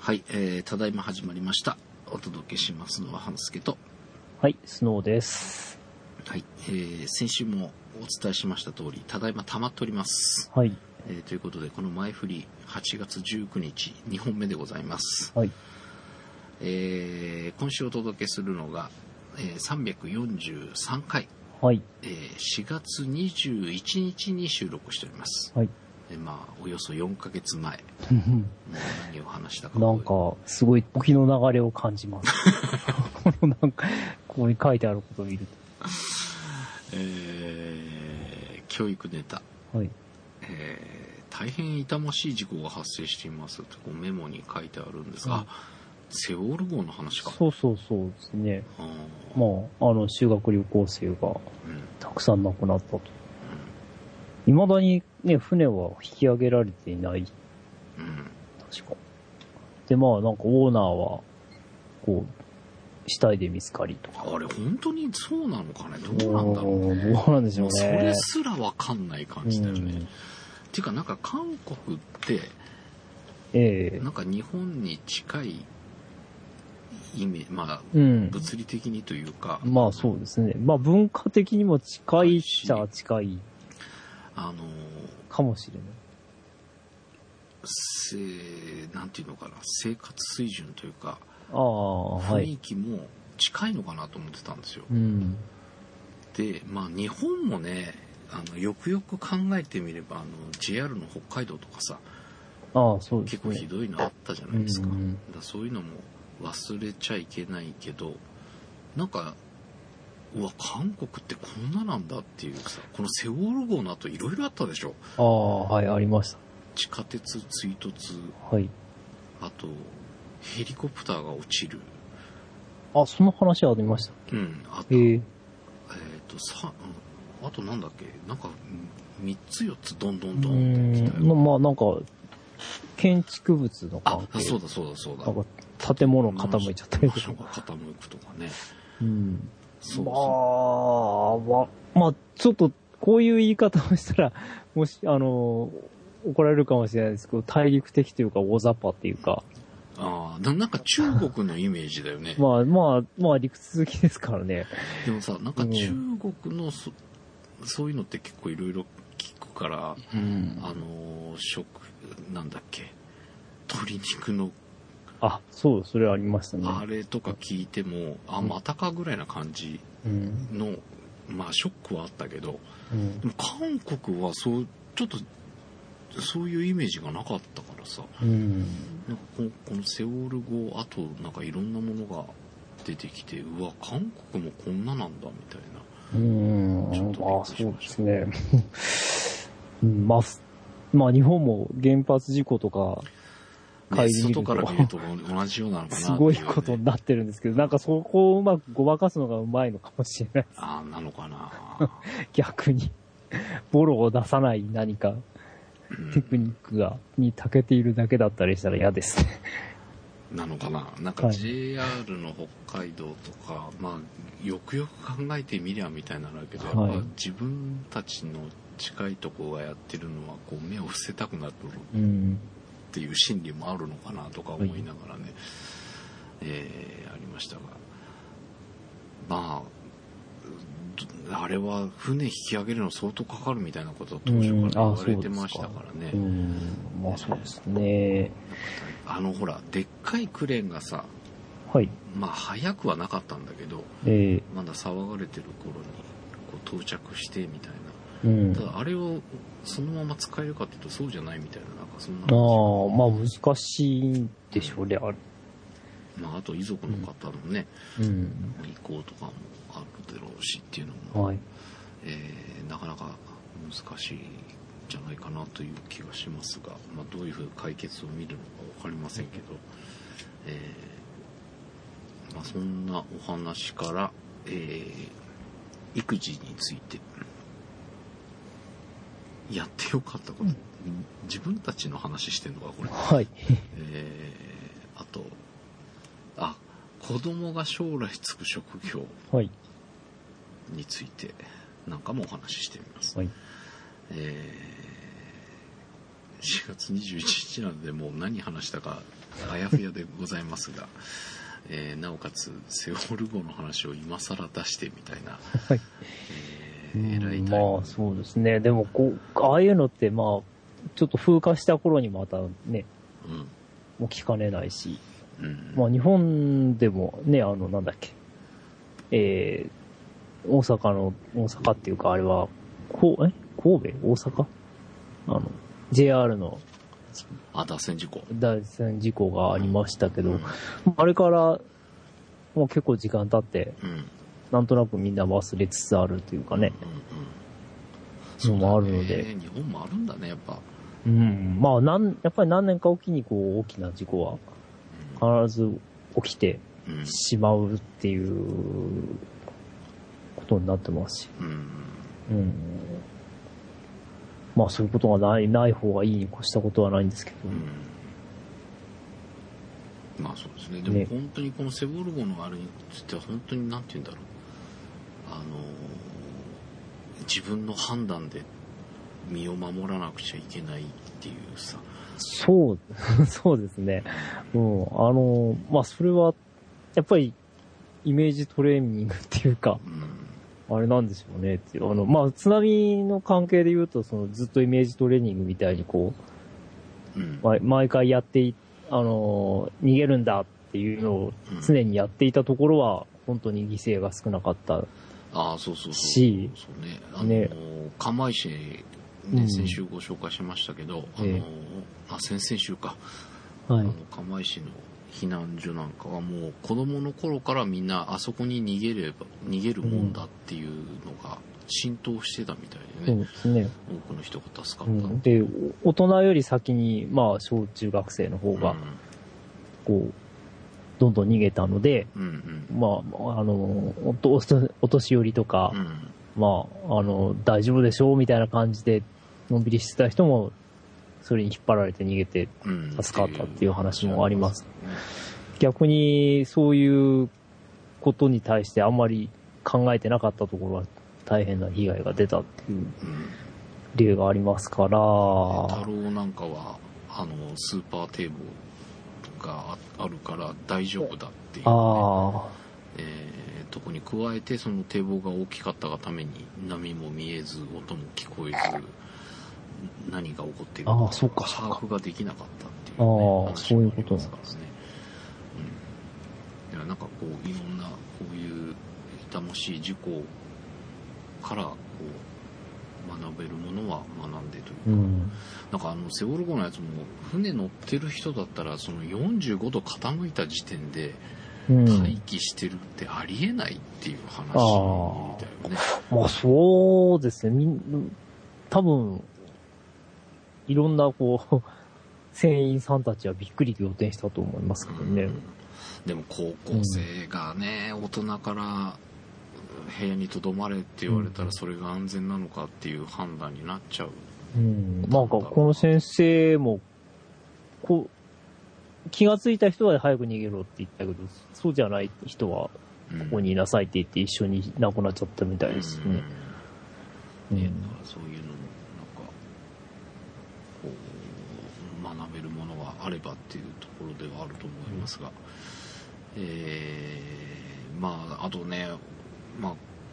はい、ただいま始まりました。お届けしますのは半助と。 はい、スノーです。 はい、先週もお伝えしました通り、ただいま溜まっております。 はい。 ということで、この前振り8月19日、2本目でございます。 はい。 今週お届けするのが、343回、 はい。 4月21日に収録しております。 はい。 およそ4ヶ月前、何を話したか。 なんか、すごい時の流れを感じます。このなんか、ここに書いてあることを見ると。 教育ネタ。 はい。 大変痛ましい事故が発生していますとこうメモに書いてあるんですが、セオル号の話か。 そうですね。修学旅行生がたくさん亡くなったと。未だにね、船は引き上げられていない。確か。で、なんかオーナーは、こう、死体で見つかりとか。 あれ、本当にそうなのかね。どうなんだろう。 どうなんでしょうね。 それすらわかんない感じだよね。っていうか、なんか韓国って、なんか日本に近いイメージ、物理的にというか。 そうですね。文化的にも近いっちゃ近い。かもしれない。 なんていうのかな、生活水準というか、 雰囲気も近いのかなと思ってたんですよ。で、日本もね、よくよく考えてみれば、JR の北海道とかさ、 そうですね、 結構ひどいのあったじゃないですか。そういうのも忘れちゃいけないけど、なんか、韓国ってこんななんだっていうさ、このセウォル号の後いろいろあったでしょ。 ありました。 地下鉄追突。あと、ヘリコプターが落ちる。 その話ありました。 あと、あとなんだっけ、なんか、3つ4つどんどんどんってきたよ。 なんか、建築物の関係。 そうだ。 なんか、建物傾いちゃったりとか。 場所が傾くとかね。 ちょっと、こういう言い方をしたら、もし、怒られるかもしれないですけど、大陸的というか、大雑把っていうか。 なんか中国のイメージだよね。 理屈好きですからね。 でもさ、なんか中国のそういうのって結構いろいろ聞くから、なんだっけ、鶏肉の、 それありましたね。 あれとか聞いても、またかぐらいな感じの、ショックはあったけど、でも韓国はちょっと、そういうイメージがなかったからさ、なんかこのセオル号、あとなんかいろんなものが出てきて、韓国もこんななんだみたいな。ちょっとそうですね。日本も原発事故とか、 外から見ると同じようなのかな、 すごいことになってるんですけど、なんかそこをうまくごまかすのがうまいのかもしれないです。 なのかな。 逆に、ボロを出さない何か、テクニックに長けているだけだったりしたら嫌ですね。 なのかな。なんか JR の北海道とか、よくよく考えてみりゃみたいなのあるけど、やっぱ自分たちの近いところがやってるのは、こう目を伏せたくなるっていう心理もあるのかなとか思いながらね、ありましたが、あれは船引き上げるの相当かかるみたいなことは当初から言われてましたからね。 そうですね。 ほら、でっかいクレーンがさ、早くはなかったんだけど、まだ騒がれてる頃にこう到着してみたいな。ただあれをそのまま使えるかっていうとそうじゃないみたいな、なんかそんな。 難しいんでしょうね、あれ。 あと遺族の方のね、意向とかもあるだろうしっていうのも、なかなか難しいんじゃないかなという気がしますが、どういうふうに解決を見るのか分かりませんけど、そんなお話から、育児についてやってよかったこと、自分たちの話してんのかこれ。あと子供が将来就く職業についてなんかもお話ししてみます。 4月21日なのでもう何話したかあやふやでございますが、なおかつセオル号の話を今更出してみたいな、 はい。 えらいまあそうですね。でもああいうのってまあちょっと風化した頃にまたね、もう聞かねないし、まあ日本でもね、なんだっけ、大阪っていうかあれは、神戸大阪JR の脱線事故がありましたけど、あれからもう結構時間経って、なんとなくみんな忘れつつあるというかね、 そうもあるので、 日本もあるんだねやっぱ。 まあやっぱり何年かおきに大きな事故は必ず起きてしまうっていうことになってますし、まあそういうことがない方がいいに越したことはないんですけど、 まあそうですね。でも本当にこのセボルゴのあれについては本当になんて言うんだろう、自分の判断で身を守らなくちゃいけないっていうさ。 そうですね。まあそれはやっぱりイメージトレーニングっていうか、あれなんでしょうねっていう。まあ、津波の関係で言うと、ずっとイメージトレーニングみたいに毎回やって逃げるんだっていうのを常にやっていたところは、本当に犠牲が少なかったし、 そうね。釜石ね、先週ご紹介しましたけど、先々週か。釜石の避難所なんかはもう子供の頃からみんなあそこに逃げるもんだっていうのが浸透してたみたいでね。 そうですね。 多くの人が助かった。 で、大人より先に、まあ、小中学生の方が、どんどん逃げたので、まあ、お年寄りとか、まあ、大丈夫でしょうみたいな感じで、のんびりしてた人も、それに引っ張られて逃げて助かったっていう話もあります。逆にそういうことに対してあんまり考えてなかったところは大変な被害が出たっていう例がありますから。 太郎なんかはスーパー堤防があるから大丈夫だっていう、とこに加えてその堤防が大きかったがために波も見えず音も聞こえず何が起こっているのか把握ができなかったっていう、話もありますからね。なんかいろんなこういう痛ましい事故から学べるものは学んでというか、なんかセオル号のやつも船乗ってる人だったらその45度傾いた時点で待機してるってありえないっていう話だよね。 まあそうですね。多分いろんな船員さんたちはびっくり仰天したと思いますけどね。 でも高校生がね、大人から部屋にとどまれって言われたらそれが安全なのかっていう判断になっちゃう。 なんかこの先生も気がついた人は早く逃げろって言ったけど、そうじゃない人はここにいなさいって言って一緒に亡くなっちゃったみたいですね。 そういうのもなんか学べるものがあればっていうところではあると思いますが、まああとね、まあ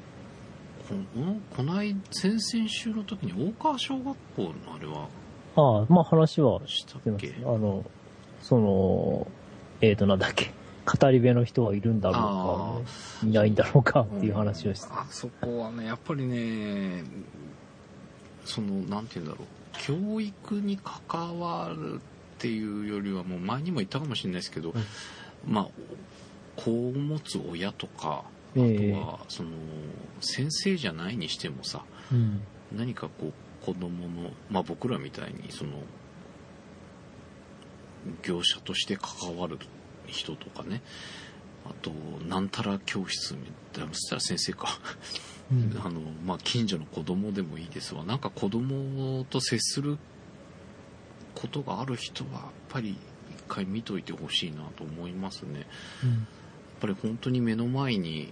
先々週の時に大川小学校のあれはまあ話はしたっけ？ なんだっけ、語り部の人はいるんだろうか、いないんだろうかっていう話をして、 そこはねやっぱりね、なんていうんだろう、教育に関わるっていうよりはもう前にも言ったかもしれないですけど、まあ子を持つ親とか、あとは先生じゃないにしてもさ、何か子供の、まあ僕らみたいに業者として関わる人とかね、あとなんたら教室みたいな、そしたら先生かまあ近所の子供でもいいですわ。なんか子供と接することがある人はやっぱり一回見といてほしいなと思いますね。やっぱり本当に目の前に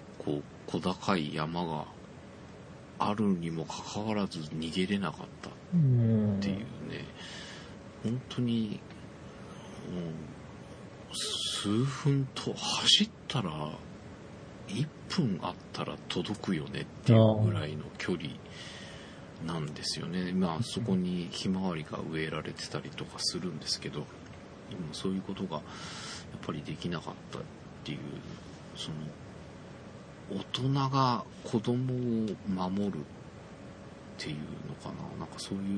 小高い山があるにもかかわらず逃げれなかったっっていうね、本当に、数分と走ったら1分あったら届くよねっていうぐらいの距離なんですよね。まあそこにひまわりが植えられてたりとかするんですけど、今そういうことがやっぱりできなかったっていう、その大人が子供を守るっていうのかな、なんかそういう、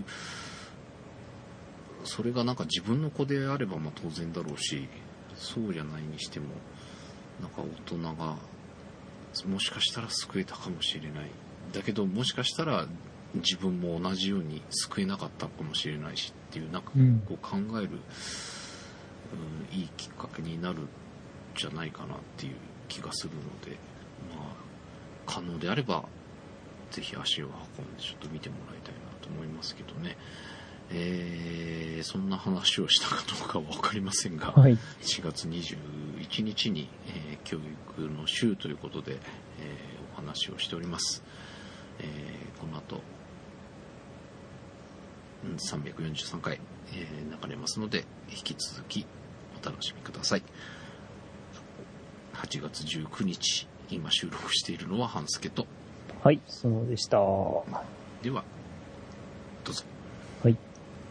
それがなんか自分の子であればまあ当然だろうし、そうじゃないにしてもなんか大人がもしかしたら救えたかもしれない、だけどもしかしたら自分も同じように救えなかったかもしれないしっていう、なんかこう考える、いいきっかけになるんじゃないかなっていう気がするので、まあ可能であればぜひ足を運んでちょっと見てもらいたいなと思いますけどね。そんな話をしたかどうかは分かりませんが、 はい、 4月21日に、教育の週ということで、お話をしております。この後、343回、流れますので引き続きお楽しみください。8月19日、今収録しているのは半助と、 はい、そうでした。 ではどうぞ。 はい。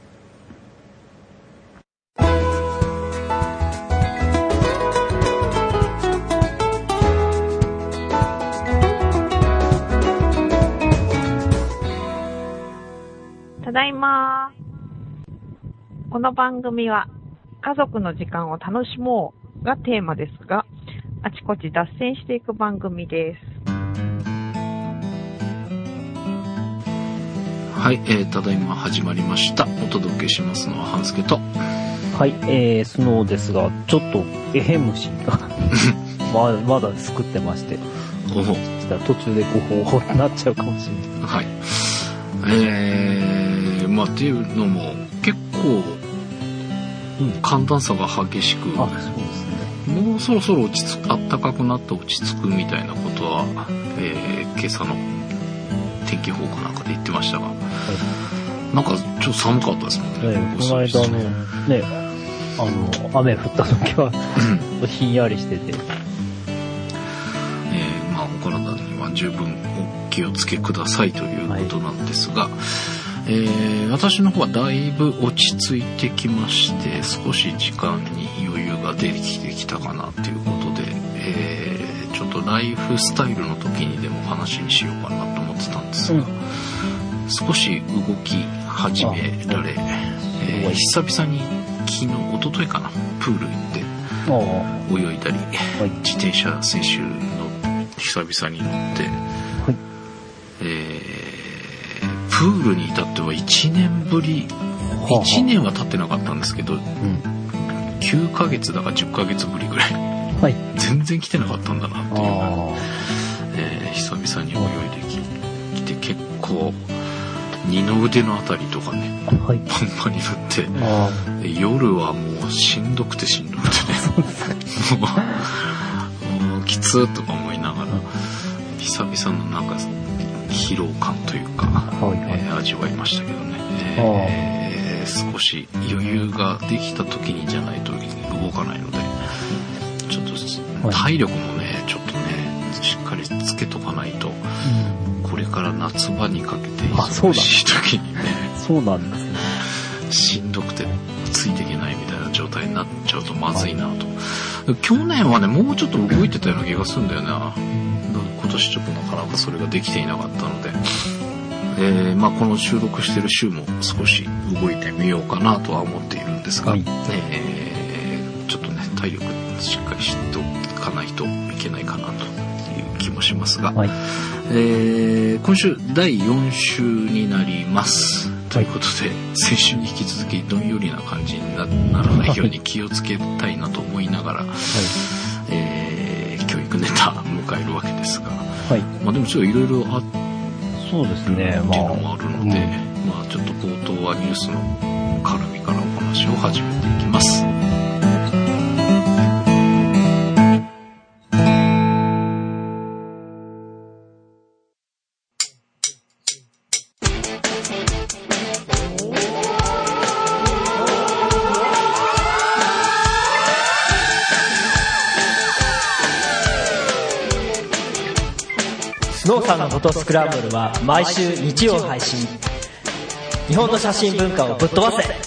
ただいま。この番組は家族の時間を楽しもうがテーマですが、あちこち脱線していく番組です。 はい、ただいま始まりました。お届けしますのは半助と、 はい、スノーですが、ちょっと虫がまだ作ってまして、途中でこうなっちゃうかもしれない。 はい。まあっていうのも結構寒暖差が激しく、 そうですね、 もうそろそろ暖かくなって落ち着くみたいなことは、今朝の天気予報かなんかで言ってましたが、はい、なんかちょっと寒かったですもんね。 この間のね、雨降った時はひんやりしてて、 まあお体には十分お気をつけくださいということなんですが、私の方はだいぶ落ち着いてきまして、少し時間に余裕が出てきたかなということで、ちょっとライフスタイルの時にでも話にしようかなと思ってたんですが、少し動き始められ、久々に一昨日かな、プール行って泳いだり、自転車先週の久々に乗って、プールに至っては1年ぶり、1年は経ってなかったんですけど、9ヶ月だか10ヶ月ぶりぐらい、全然来てなかったんだなっていう、久々に泳いできて、結構二の腕のあたりとかね、パンパンになって、夜はもうしんどくてねもうきつーとか思いながら、久々のなんか疲労感というか、味わいましたけどね、少し余裕ができた時にじゃないと動かないので、ちょっと体力もねちょっとねしっかりつけとかないと、これから夏場にかけて忙しい時にね、 そうなんですね、 しんどくてついていけないみたいな状態になっちゃうとまずいなと。去年はねもうちょっと動いてたような気がするんだよな。今年ちょっとなかなかそれができていなかったので、まあこの収録してる週も少し動いてみようかなとは思っているんですが、ちょっとね体力しっかりしておかないといけないかなという気もしますが、今週第4週になります。ということで、先週に引き続きどんよりな感じにならないように気をつけたいなと思いながら、教育ネタ迎えるわけですが、まあでもちょっといろいろあってそうですね、 っていうのもあるので、まあちょっと冒頭はニュースの絡みからお話を始めていきます。 スノーさんのフォトスクランブルは毎週日曜配信。日本の写真文化をぶっ飛ばせ。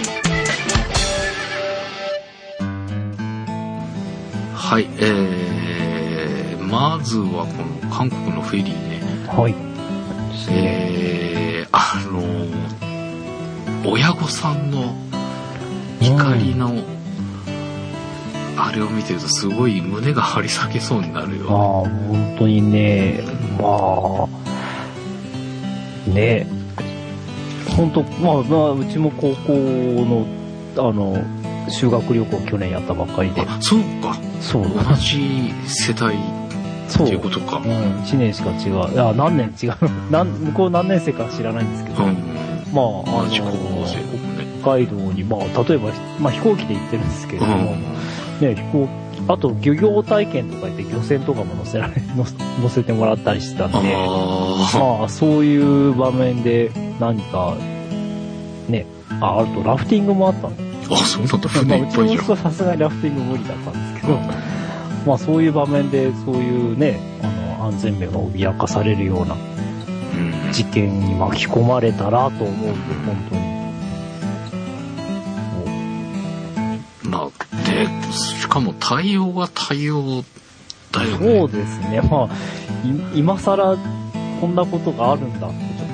はい、まずはこの韓国のフェリーね。 はい。 親御さんの怒りの、あれを見てるとすごい胸が張り裂けそうになるよ。 本当にね、ね、本当、うちも高校の修学旅行去年やったばっかりで。 そうか。 そう。 同じ世代っていうことか。 1年しか違う。いや、何年違う。向こう何年生か知らないんですけど。 同じ高校生、 北海道に、例えば、飛行機で行ってるんですけれども、ね、あと漁業体験とか言って漁船とかも乗せてもらったりしてたんで、そういう場面で何か、ね、あとラフティングもあったんで。 そうなんだ、船いっぱいじゃん。 うちの息子はさすがにラフティング無理だったんですけど、そういう場面で、そういうね、安全面が脅かされるような事件に巻き込まれたらと思うと、本当に。 で、しかも対応が対応だよね。 そうですね。今更こんなことがあるんだってちょ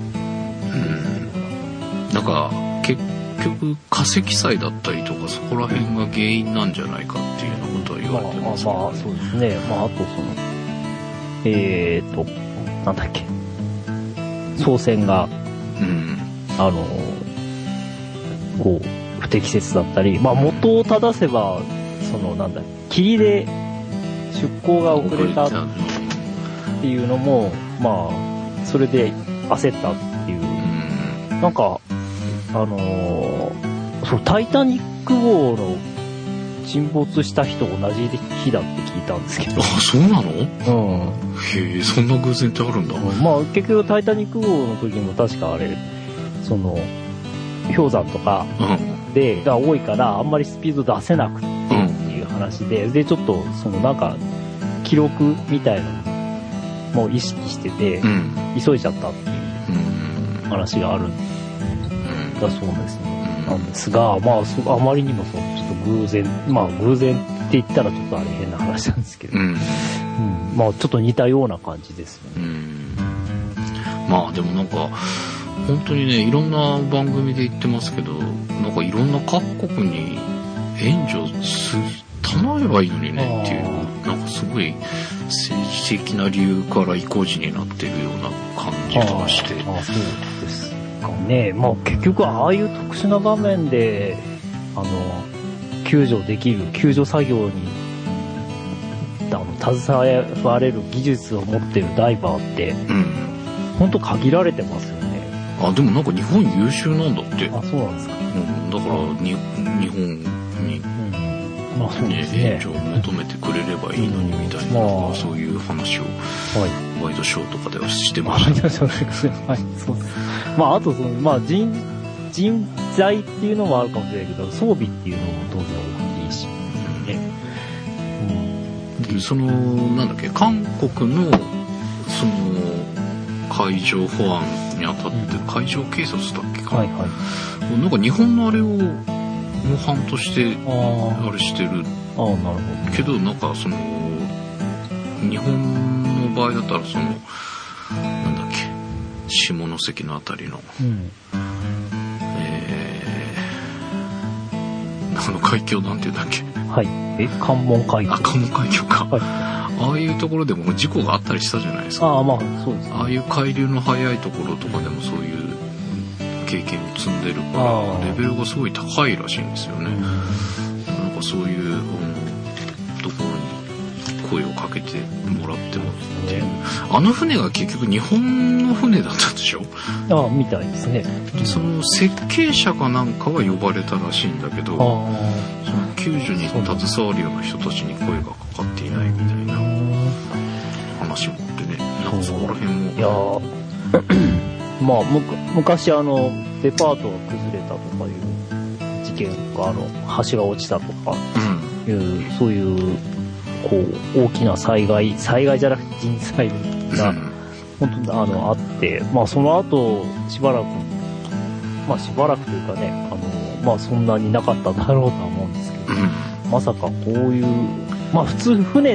っと。 なんか結局化石祭だったりとかそこら辺が原因なんじゃないかっていうようなことは言われてますね。 そうですね。あとなんだっけ。操船が、不適切だったり、元を正せば、霧で出港が遅れたっていうのも、それで焦ったっていう。タイタニック号の沈没した日と同じ日だって聞いたんですけど。 そうなの？へえ、そんな偶然ってあるんだ。 結局タイタニック号の時も確かあれ、氷山とかが多いからあんまりスピード出せなくてっていう話で、でちょっと記録みたいなのも意識してて、急いじゃったっていう話があるんだそうですね。なんですが、あまりにもちょっと偶然って言ったらちょっとあれ変な話なんですけど、ちょっと似たような感じですよね。 でも本当にね、いろんな番組で言ってますけど、いろんな各国に援助頼めばいいのにねっていう、すごい政治的な理由から意固地になってるような感じがして。 そうですかね。結局ああいう特殊な場面で救助作業に携われる技術を持ってるダイバーって、本当限られてますよね。 でも日本優秀なんだって。 そうなんですか。 だから日本に、援助を求めてくれればいいのにみたいな、そういう話をワイドショーとかではしてました。 はい、そうです。あと人材っていうのもあるかもしれないけど、装備っていうのも当然大きいし、 韓国の海上保安にあたって海上警察だっけか、日本のあれを模範としてあれしてるけど、日本の場合だったら下関のあたりの、海峡なんていうんだっけ。 関門海峡。 関門海峡か。ああいうところでも事故があったりしたじゃないですか。 そうですね。 ああいう海流の速いところとかでもそういう経験を積んでるからレベルがすごい高いらしいんですよね。そういうところに声をかけてもらってもっていう。船が結局日本の船だったでしょ。 みたいですね。 でその設計者かなんかは呼ばれたらしいんだけど、その救助に携わるような人たちに声がかかっていないみたいな話もあってね。そこら辺も。 昔デパートが崩れたとかいう事件とか橋が落ちたとかいう、そういうこう、大きな災害じゃなくて人災が、本当にあって、まあその後、しばらくというかね、まあそんなになかっただろうとは思うんですけど、まさかこういう、まあ普通船って、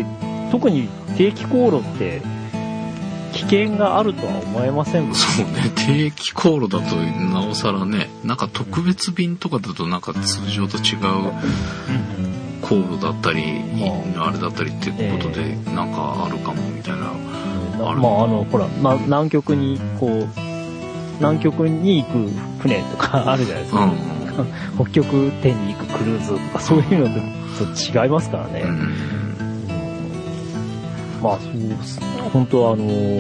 特に定期航路って危険があるとは思えませんもんね。 そうね、定期航路だとなおさらね、なんか特別便とかだとなんか通常と違う航路だったり、あれだったりってことでなんかあるかもみたいな。 まあほら、南極に行く船とかあるじゃないですか。北極点に行くクルーズとかそういうのと違いますからね。まあそう本当は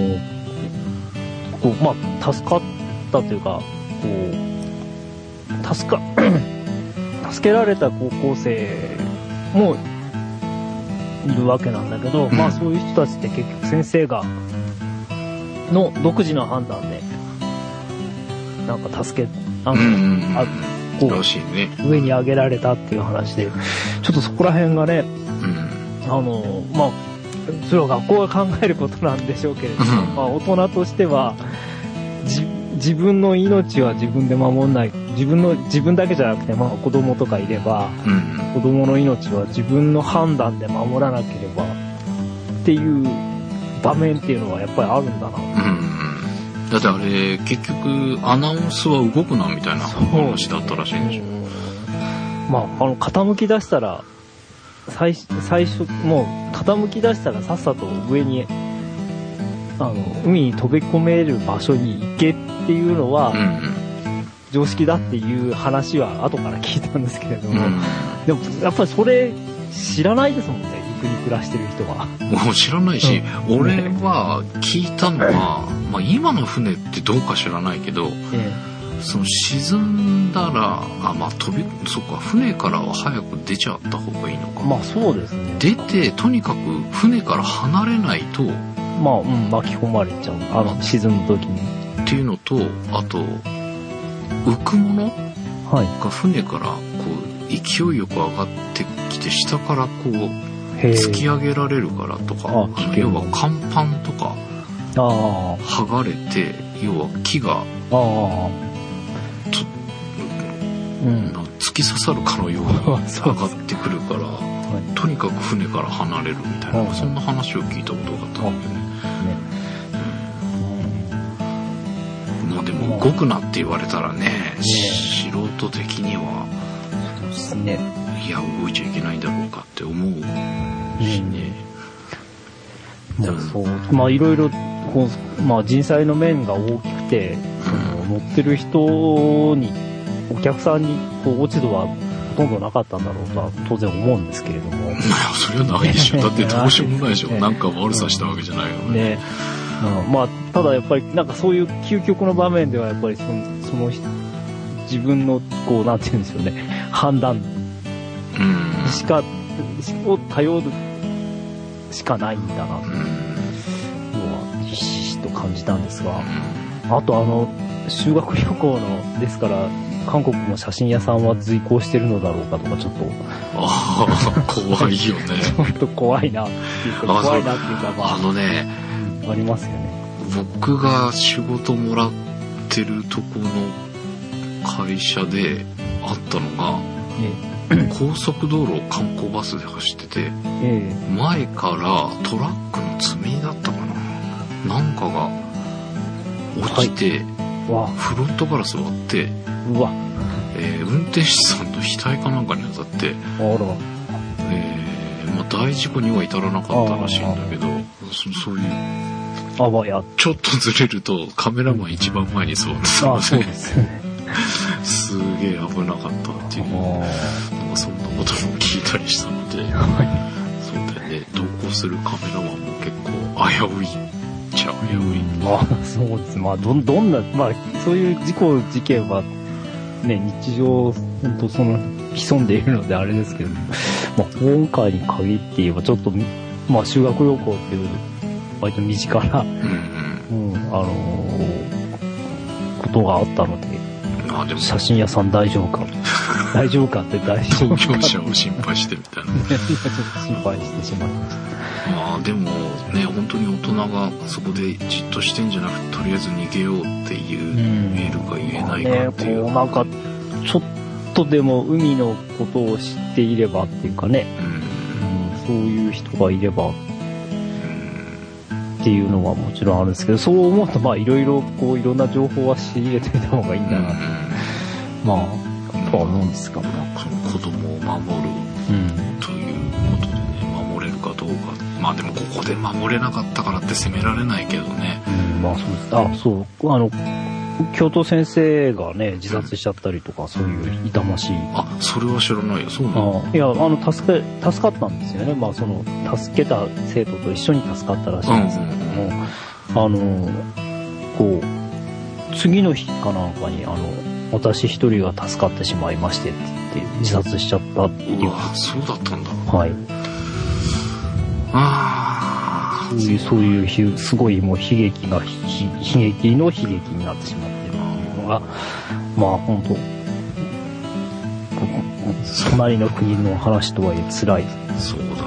こうまあ助かったというかこう助けられた高校生もいるわけなんだけど、まあそういう人たちって結局先生がの独自の判断でなんか助けこう、上に上げられたっていう話で、ちょっとそこら辺がね、まあ、それは学校が考えることなんでしょうけれども、まあ大人としては、自分の命は自分で守んない、自分だけじゃなくて、まあ子供とかいれば、子供の命は自分の判断で守らなければっていう場面っていうのはやっぱりあるんだな。 だってあれ結局アナウンスは動くなみたいな話だったらしいんでしょ。 まあ傾き出したら最初もう傾き出したらさっさと上に海に飛び込める場所に行けっていうのは常識だっていう話は後から聞いたんですけれども、でもやっぱりそれ知らないですもんね、陸に暮らしてる人は。 もう知らないし、俺は聞いたのは、まあ今の船ってどうか知らないけど、その沈んだら、まあそっか、船からは早く出ちゃった方がいいのか。 まあそうですね。 出て、とにかく船から離れないと、 まあ、巻き込まれちゃう。沈む時に。 っていうのと、あと、浮くものが船からこう勢いよく上がってきて下からこう突き上げられるからとか、要は甲板とか剥がれて、要は木が突き刺さるかのように上がってくるから、とにかく船から離れるみたいな、そんな話を聞いたことがあったんだよね。まあでも動くなって言われたらね、素人的にはそうですね。 いや動いちゃいけないんだろうかって思うしね。 そう、まあいろいろこう、まあ人災の面が大きくて、乗ってる人にお客さんにこう落ち度はほとんどなかったんだろうとは当然思うんですけれども。 それはないでしょ。だってどうしようもないでしょ。なんか悪さしたわけじゃないよね。 まあただやっぱりなんかそういう究極の場面ではやっぱりその自分のこうなんて言うんでしょうね、判断を頼るしかないんだなというのはひしひしと感じたんですが、あと修学旅行のですから韓国の写真屋さんは随行してるのだろうかとかちょっと怖いよね。 ちょっと怖いなっていうか怖いなっていうかありますよね。 僕が仕事もらってるとこの会社であったのが、高速道路を観光バスで走ってて、前からトラックの積み荷だったかな、なんかが落ちて、フロントガラス割って、運転手さんの額かなんかに当たって、まあ、大事故には至らなかったらしいんだけど、そういうちょっとずれるとカメラマン一番前に座ってたので、すげえ危なかったっていう、そんなことも聞いたりしたので、そうだよね、同行するカメラマンも結構危ういっちゃ危うい。 そうです。まあどんな、まあそういう事件はね、日常本当潜んでいるのであれですけど、まあ今回に限って言えばちょっとまあ修学旅行っていう割と身近な、ことがあったので、 まあでも写真屋さん大丈夫か大丈夫かって大丈夫か同業者を心配してみたいな。 ちょっと心配してしまいました。 まあでもね、本当に大人がそこでじっとしてんじゃなくて、とりあえず逃げようっていう言えるか言えないかっていう。 こうなんかちょっとでも海のことを知っていればっていうかね、そういう人がいればっていうのはもちろんあるんですけど、そう思うとまあいろいろこういろんな情報は仕入れてみた方がいいんだなと、まあとは思うんですが、 子供を守るということでね、守れるかどうか。まあでもここで守れなかったからって責められないけどね。 まあそうです。あ、そう教頭先生がね自殺しちゃったりとか、そういう痛ましい。 あ、それは知らないよ。そうなの？ いや助かったんですよね。まあその助けた生徒と一緒に助かったらしいんですけども、こう次の日かなんかに私一人が助かってしまいましてって言って自殺しちゃったっていう。 うわ、そうだったんだ。 はい。そういうすごいもう悲劇の悲劇になってしまっているっていうのが、まあ本当隣の国の話とはいえ辛い。 そうだね。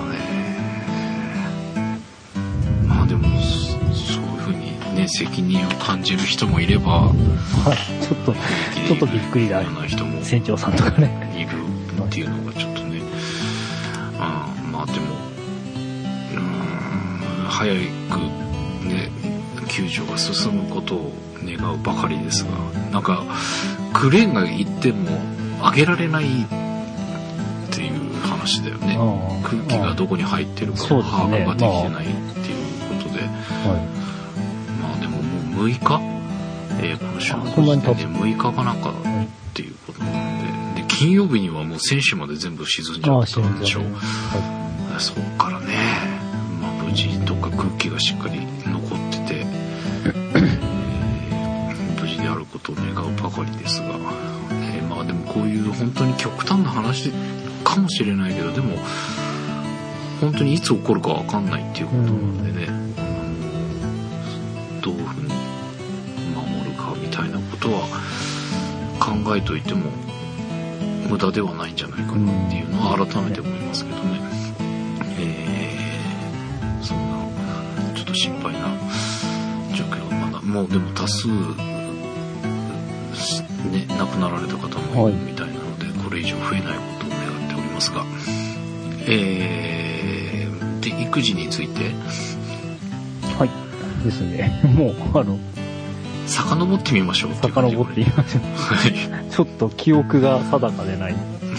まあでもそういうふうにね、責任を感じる人もいれば、 はい、ちょっとびっくりだ人も船長さんとかねいるっていうのがちょっとね、まあでも早くね救助が進むことを願うばかりですが、なんかクレーンが行っても上げられないっていう話だよね。空気がどこに入ってるか把握ができてないっていうことで、まあでももう6日、この週の時点で6日かなんかっていうことなので、金曜日にはもう選手まで全部沈んじゃったんでしょう。そこからね、無事とか空気がしっかり残ってて、無事であることを願うばかりですが、まあでもこういう本当に極端な話かもしれないけど、でも本当にいつ起こるか分かんないっていうことなのでね、どういうふうに守るかみたいなことは考えといても無駄ではないんじゃないかなっていうのは改めて思いますけどね。そんなちょっと心配な状況がまだ、もうでも多数ね亡くなられた方もいるみたいなので、これ以上増えないことを願っておりますが、で育児についてですね、もう遡ってみましょう。 遡ってみましょう。ちょっと記憶が定かでない。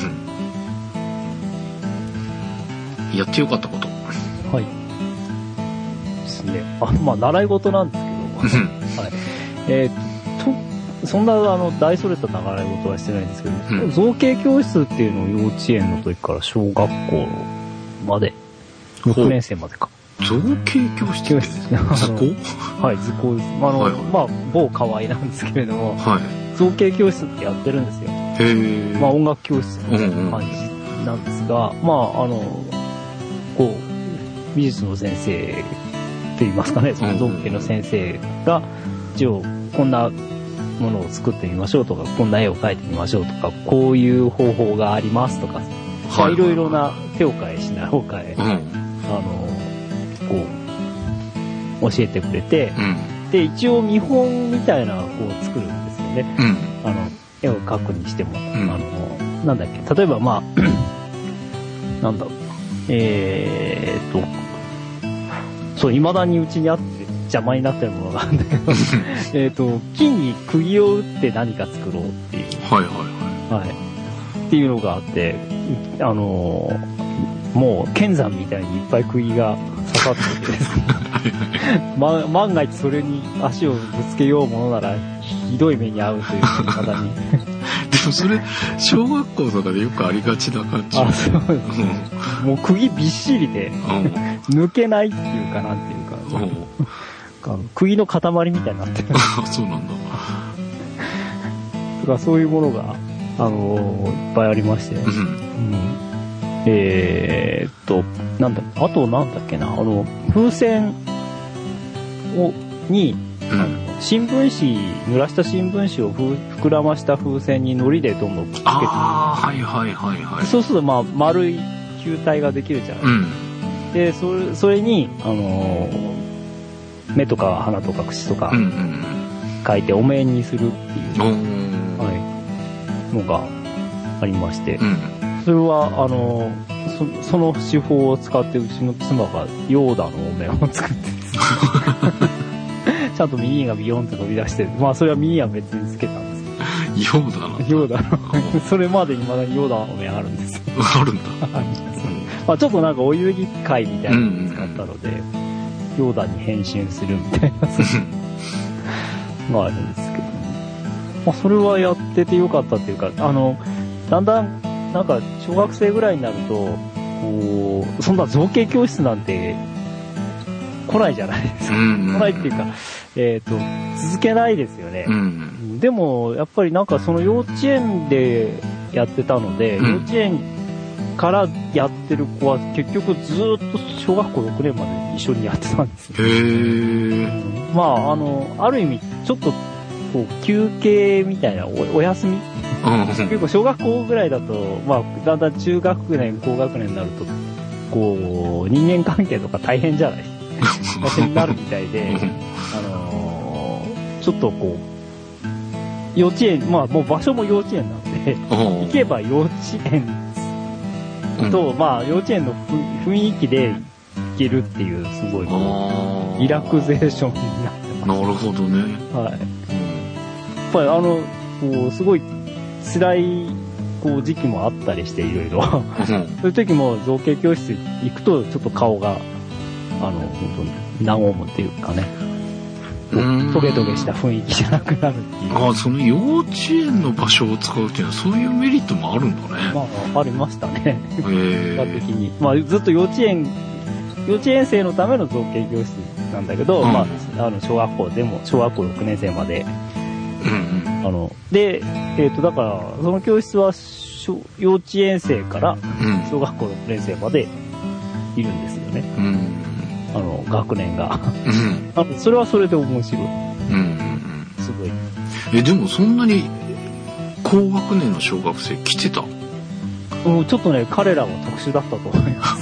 やってよかったこと。 はい。ですね。まあ習い事なんですけど、はい。そんな大それた習い事はしてないんですけど、造形教室っていうのを幼稚園の時から小学校まで、6年生までか。 造形教室って図工？ はい、図工です。まあ、某河合なんですけれども、造形教室ってやってるんですよ。まあ、音楽教室みたいな感じなんですが、まあ、こう、美術の先生といいますかね、その造形の先生が、一応、こんなものを作ってみましょうとか、こんな絵を描いてみましょうとか、こういう方法がありますとか、まあ、いろいろな手を変え品を変え、こう教えてくれて、で一応見本みたいなこう作るんですよね。絵を描くにしても、なんだっけ、例えばまあなんだろう、そう未だにうちにあって邪魔になってるものがあるんだけど、木に釘を打って何か作ろうっていう、っていうのがあって、もう剣山みたいにいっぱい釘が刺さっててですね万が一それに足をぶつけようものならひどい目に遭うという方にでもそれ小学校とかでよくありがちな感じ。 あ、そうですね。もう釘びっしりで抜けないっていうかなんていうか、釘の塊みたいになってる。 そうなんだ。 とかそういうものがいっぱいありまして、なんだ、あとなんだっけな、風船に、 新聞紙、濡らした新聞紙を膨らました風船に糊でどんどんくっつけて。 はいはいはいはい。 そうするとまあ丸い球体ができるじゃないですか。で、それに、目とか鼻とか口とか書いてお面にするっていう、のがありまして、それはその手法を使ってうちの妻がヨーダのお面を作ってですねちゃんと耳がビヨンって飛び出して、まあそれは耳は別につけたんですけど。ヨーダなの？ ヨーダのそれまで未だにヨーダのお面あるんですよ。 あるんだ。 まあちょっとなんかお遊戯会みたいなのを使ったので、ヨーダに変身するみたいながあるんですけど、まあそれはやっててよかったっていうか、だんだんなんか小学生ぐらいになると、こうそんな造形教室なんて来ないじゃないですか。来ないっていうか、続けないですよね。でもやっぱりなんかその幼稚園でやってたので、幼稚園からやってる子は結局ずっと小学校6年まで一緒にやってたんですよ。まあある意味ちょっとこう休憩みたいなお休み。結構小学校ぐらいだと、まあだんだん中学年高学年になるとこう人間関係とか大変じゃない大変になるみたいで、ちょっとこう幼稚園、まあもう場所も幼稚園なんで行けば幼稚園と、まあ幼稚園の雰囲気で行けるっていうすごいリラクゼーションになってます。 なるほどね。 はい。やっぱりこうすごい辛いこう時期もあったりしていろいろそういう時も造形教室行くとちょっと顔が本当に和むっていうかね、トゲトゲした雰囲気じゃなくなるっていう。 その幼稚園の場所を使うっていうのはそういうメリットもあるんだね。 まあありましたね。結果的に、まあずっと幼稚園生のための造形教室なんだけど、まあ小学校6年生まで。で、だから、その教室は幼稚園生から小学校6年生までいるんですよね。学年が。それはそれで面白い。すごい。 でもそんなに高学年の小学生来てた？ ちょっとね、彼らは特殊だったと思います。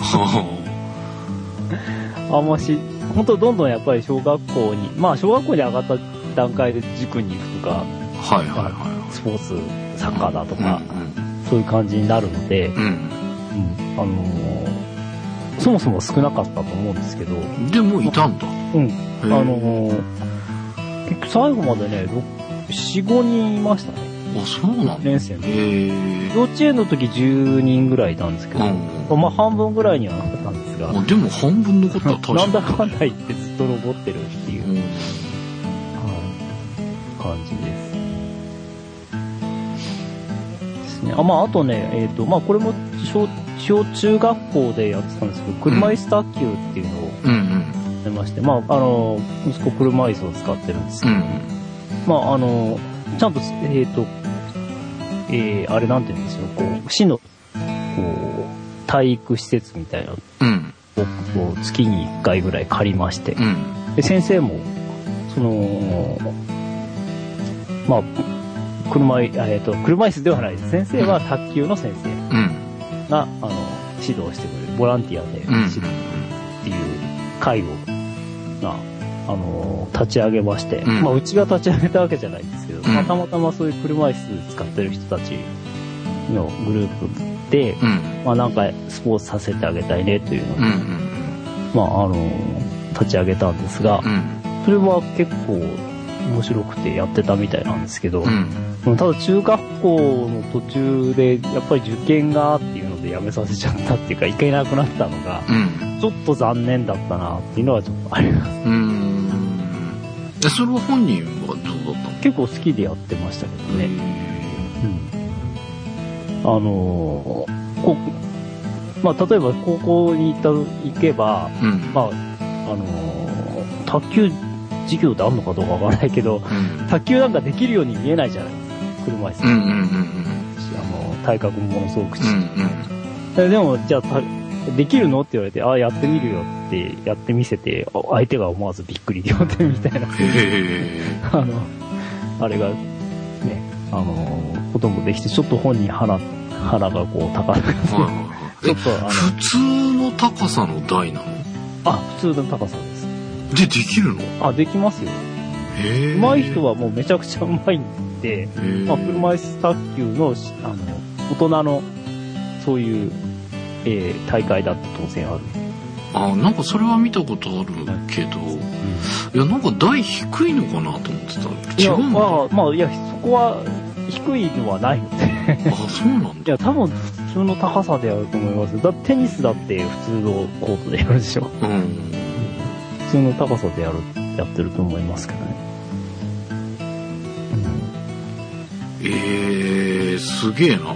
あんまし、本当どんどんやっぱり小学校に上がった段階で塾に行くとか、スポーツサッカーだとか、そういう感じになるので、そもそも少なかったと思うんですけど、 でもいたんだ。 結局最後までね 4,5 人いましたね。 そうなんだ。 年生の幼稚園の時10人ぐらいいたんですけど、まあ半分ぐらいにはなったんですが、 でも半分残ったら確かになんだかんだ言ってずっと残ってるっていう、感じですね。まああとね、まあこれも小中学校でやってたんですけど、車椅子卓球っていうのをやってまして、まあ息子車椅子を使ってるんですけど、まあちゃんとあれなんて言うんですよ、こう市のこう体育施設みたいなのを月に1回ぐらい借りまして、で先生もそのまあ車椅子ではないです。先生は卓球の先生が、指導してくれるボランティアで指導っていう会を立ち上げまして、まあうちが立ち上げたわけじゃないんですけど、まあ、たまたまそういう車椅子使ってる人たちのグループで、まあなんかスポーツさせてあげたいねというのを、まあ立ち上げたんですが、それは結構面白くてやってたみたいなんですけど、ただ中学校の途中でやっぱり受験がっていうのでやめさせちゃったっていうか、行けなくなったのがちょっと残念だったなっていうのはちょっとあります。 それは本人はどうだったの？ 結構好きでやってましたけどね。まあ例えば高校に行けば、まあ卓球授業であんのかどうかわからないけど、卓球なんかできるように見えないじゃないですか、車椅子。体格もものすごくちっちゃい。でもじゃあできるのって言われて、やってみるよってってやってみせて、相手が思わずびっくり仰天みたいな。あれが、ね、こともできて、ちょっと本人腹がこう高くて、ちょっと普通の高さの台なの？ 普通の高さです。 できるの？ できますよ。上手い人はもうめちゃくちゃ上手いんで、車椅子卓球の、大人の、そういう、大会だって当然ある。 なんかそれは見たことあるけど、いや、なんか台低いのかなと思ってた。違うの？ いや、そこは低いのはないので。 そうなんだ。 いや、多分普通の高さでやると思います。だってテニスだって普通のコートでやるでしょ。普通の高さでやってると思いますけどね。 すげえな。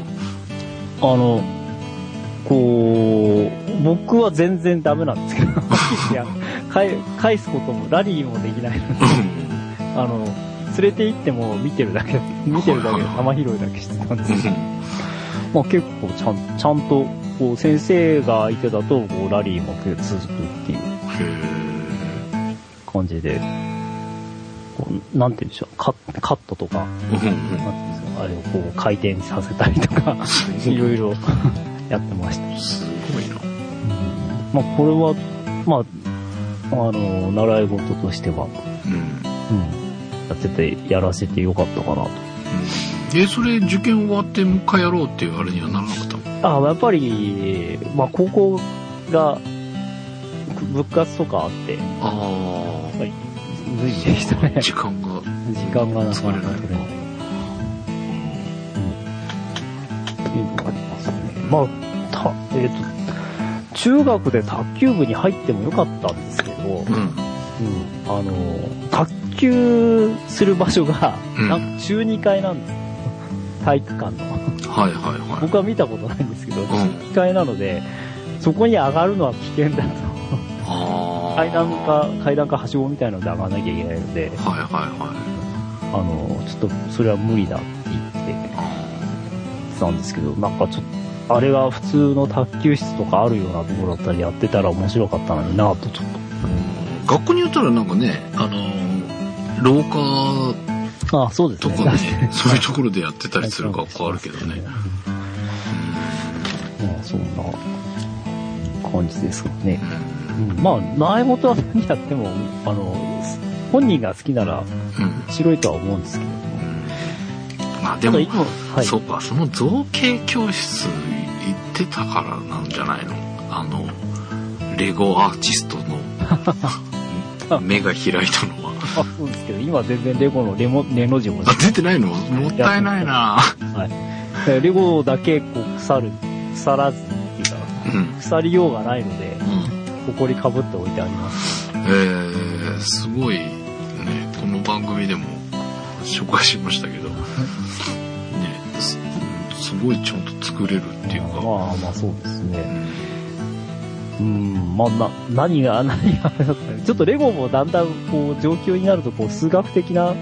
僕は全然ダメなんですけど、返すことも、ラリーもできないので、連れて行っても見てるだけで球拾いだけしてたんですけど、結構ちゃんと、先生が相手だと、ラリーも続くっていう感じで、なんて言うんでしょう、カットとか、あれを回転させたりとか、いろいろやってました。 すごいな。 これは、習い事としては、やらせてよかったかなと。 それ受験終わってもう一回やろうっていうあれにはならなかったの？ やっぱり、高校が部活とかあって、やっぱり無理でしたね。 時間がなかなか取れない。 っていうのがありますね。中学で卓球部に入ってもよかったんですけど、卓球する場所が、なんか中2階なんです。体育館の。僕は見たことないんですけど、中2階なので、そこに上がるのは危険だと。階段かはしごみたいなので上がらなきゃいけないので、ちょっとそれは無理だって言ってたんですけど、なんかちょっと、あれが普通の卓球室とかあるようなところだったらやってたら面白かったのになとちょっと。学校によったらなんかね、廊下そうですね。 とかね、そういうところでやってたりする学校あるけどね。 そんな感じですかね。習い事は何やっても、本人が好きなら、白いとは思うんですけど。 でも、そうか、その造形教室行ってたからなんじゃないの？レゴアーティストの目が開いたのは。 そうですけど、今全然レゴのレの字も出てないの？もったいないな。 レゴだけ腐らずっていうか、腐りようがないので、埃かぶっておいてあります。 すごいね、この番組でも紹介しましたけど、ね、すごいちゃんと作れるっていうか。 そうですね。何があれだったの？ちょっとレゴもだんだん上級になると数学的な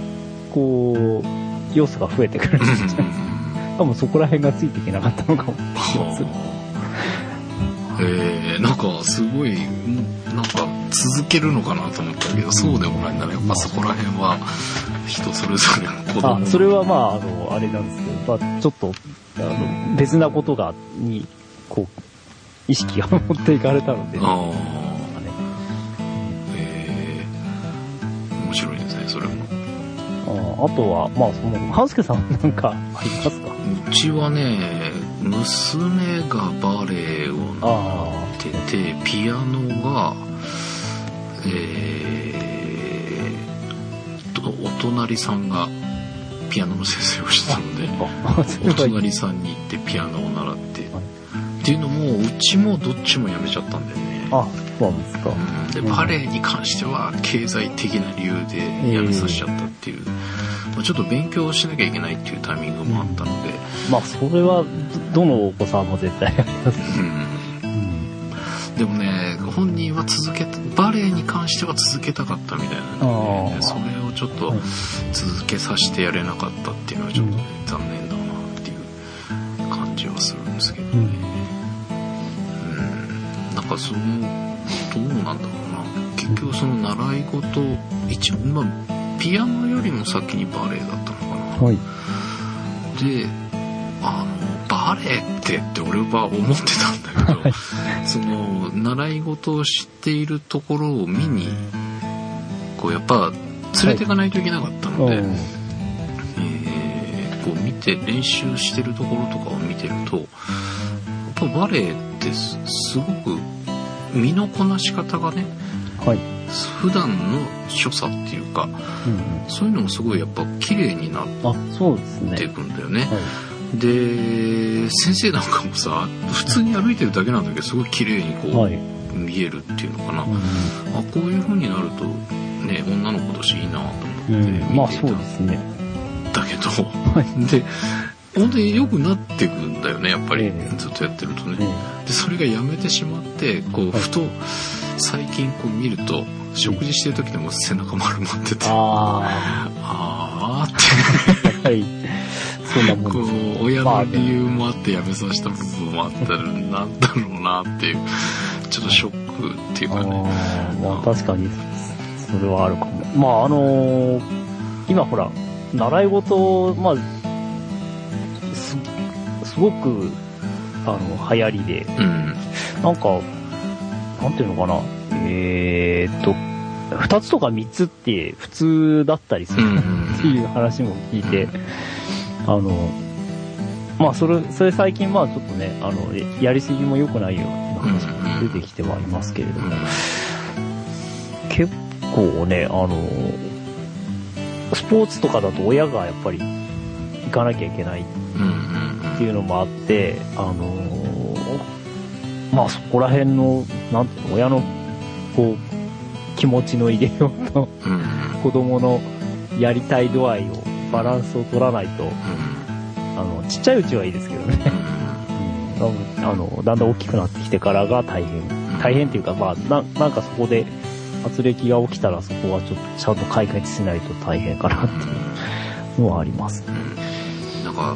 要素が増えてくるんですね。多分そこら辺がついていけなかったのかもしれません。 なんかすごいなんか続けるのかなと思ったけど、そうでもないんだね。やっぱそこら辺は人それぞれの子供。 それはあれなんですけど、ちょっと別なことに意識が持っていかれたので。面白いですね、それも。 あとは半助さんなんかありますか？ うちはね、娘がバレエを習ってて、ピアノが、お隣さんがピアノの先生をしてたので、お隣さんに行ってピアノを習って、っていうのも、うちもどっちもやめちゃったんだよね。 そうですか。 で、バレエに関しては経済的な理由でやめさせちゃったっていう。ちょっと勉強しなきゃいけないっていうタイミングもあったので。 それはどのお子さんも絶対あります。 でもね、本人はバレエに関しては続けたかったみたいなので、それをちょっと続けさせてやれなかったっていうのはちょっとね、残念だなっていう感じはするんですけどね。なんかそのどうなんだろうな。結局その習い事、一応、まあ、ピアノよりも先にバレエだったのかな。 はい。 で、バレエって俺は思ってたんだけど、その、習い事を知っているところを見に、こうやっぱ連れていかないといけなかったので、こう見て練習してるところとかを見てると、やっぱバレエってすごく身のこなし方がね、 はい、 普段の所作っていうか、そういうのもすごいやっぱ綺麗になっていくんだよね。で、先生なんかもさ、普通に歩いてるだけなんだけど、すごい綺麗にこう、見えるっていうのかな。あ、こういう風になると、ね、女の子としていいなと思って見ていた。 まあそうですね。 だけど、で、本当に良くなっていくんだよね、やっぱり、ずっとやってるとね。で、それがやめてしまって、こう、ふと、最近こう見ると、食事してる時でも背中丸まってて、あーって。やっぱり、そんなもんですね。こう、親の理由もあってやめさせた部分もあったら、なんだろうなっていう、ちょっとショックっていうかね。 まあ確かに、それはあるかも。まあ今ほら、習い事、まあ、すごく、流行りで、なんか、なんていうのかな、2つとか3つって普通だったりするっていう話も聞いて、まあそれ最近まあちょっとね、やりすぎも良くないような話も出てきてはいますけれども、結構ね、スポーツとかだと親がやっぱり行かなきゃいけないっていうのもあって、まあそこら辺の、なんていうの、親のこう、気持ちの入れようと、子供のやりたい度合いを、バランスを取らないと、ちっちゃいうちはいいですけどね。だんだん大きくなってきてからが大変。大変っていうか、まあ、なんかそこで、圧力が起きたらそこはちょっとちゃんと解決しないと大変かなっていうのはあります。 なんか、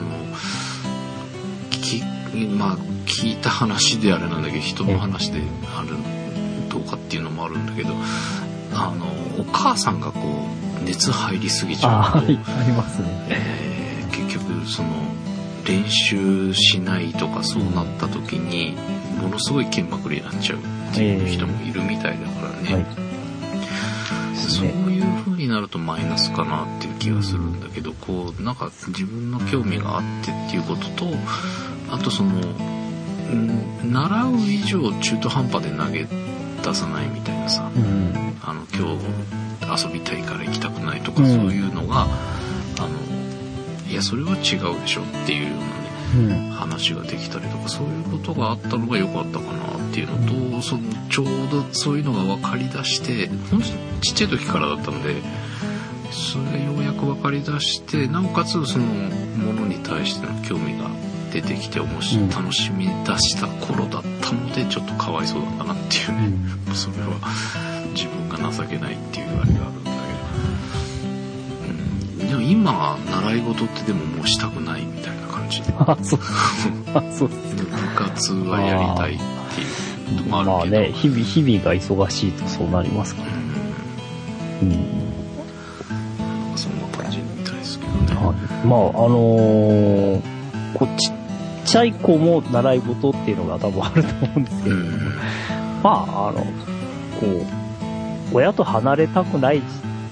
まあ、聞いた話であれなんだけど、人の話である、どうかっていうのもあるんだけど、お母さんがこう、熱入りすぎちゃうと、 ありますね。 結局、練習しないとかそうなった時に、ものすごい剣幕になっちゃうっていう人もいるみたいだからね。そういう風になるとマイナスかなっていう気がするんだけど、こう、なんか自分の興味があってっていうことと、あと習う以上中途半端で投げ出さないみたいなさ、今日遊びたいから行きたくないとか、そういうのが、いや、それは違うでしょっていうようなね、話ができたりとか、そういうことがあったのが良かったかなっていうのと、ちょうどそういうのが分かりだして、ほんとちっちゃい時からだったので、それがようやく分かりだして、なおかつそのものに対しての興味が出てきて楽しみ出した頃だったので、ちょっとかわいそうだったなっていうね、それは自分が情けないっていうあれがあるんだけど、でも今習い事ってでももうしたくないみたいな感じで、 そうですね。 部活はやりたいっていうのもあるけど、 まあね、日々が忙しいとそうなりますから、 そんな感じみたいですけどね。 まあこっちちっちゃい子も習い事っていうのが多分あると思うんですけど、まあこう親と離れたくないこ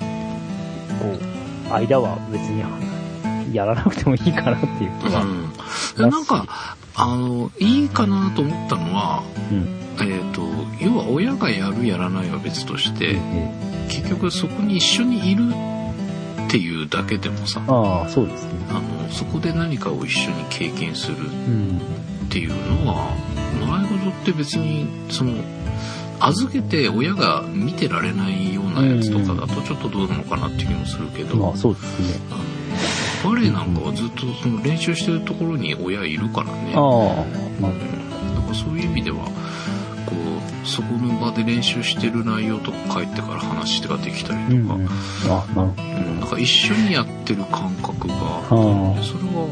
う間は別にやらなくてもいいかなっていう気が、 なんかいいかなと思ったのは、要は親がやるやらないは別として、結局そこに一緒にいるっていうだけでもさ、 そうですね。 そこで何かを一緒に経験するっていうのは、習い事って別に預けて親が見てられないようなやつとかだとちょっとどうなのかなっていう気もするけど、 そうですね。 バレエなんかはずっと練習してるところに親いるからね。だからそういう意味ではこうそこの場で練習してる内容とか帰ってから話ができたりとか、なんか一緒にやってる感覚がそれは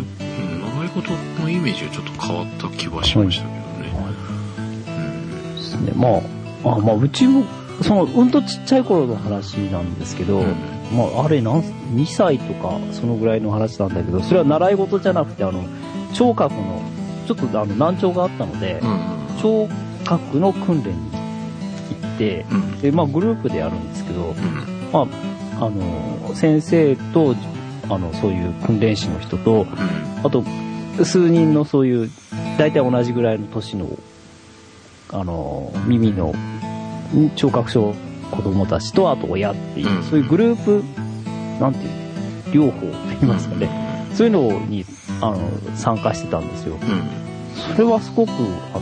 習い事のイメージがちょっと変わった気はしましたけどね。 ですね。まあうちも、うんとちっちゃい頃の話なんですけど、あれ2歳とかそのぐらいの話なんだけど、それは習い事じゃなくて、聴覚の、ちょっと難聴があったので、聴覚の訓練に行って、で、グループでやるんですけど、先生と、そういう訓練士の人と、あと、数人のそういう、大体同じぐらいの年の、耳の聴覚症子供たちと、あと親っていう、そういうグループ、なんていう、両方と言いますかね。そういうのに、参加してたんですよ。それはすごく、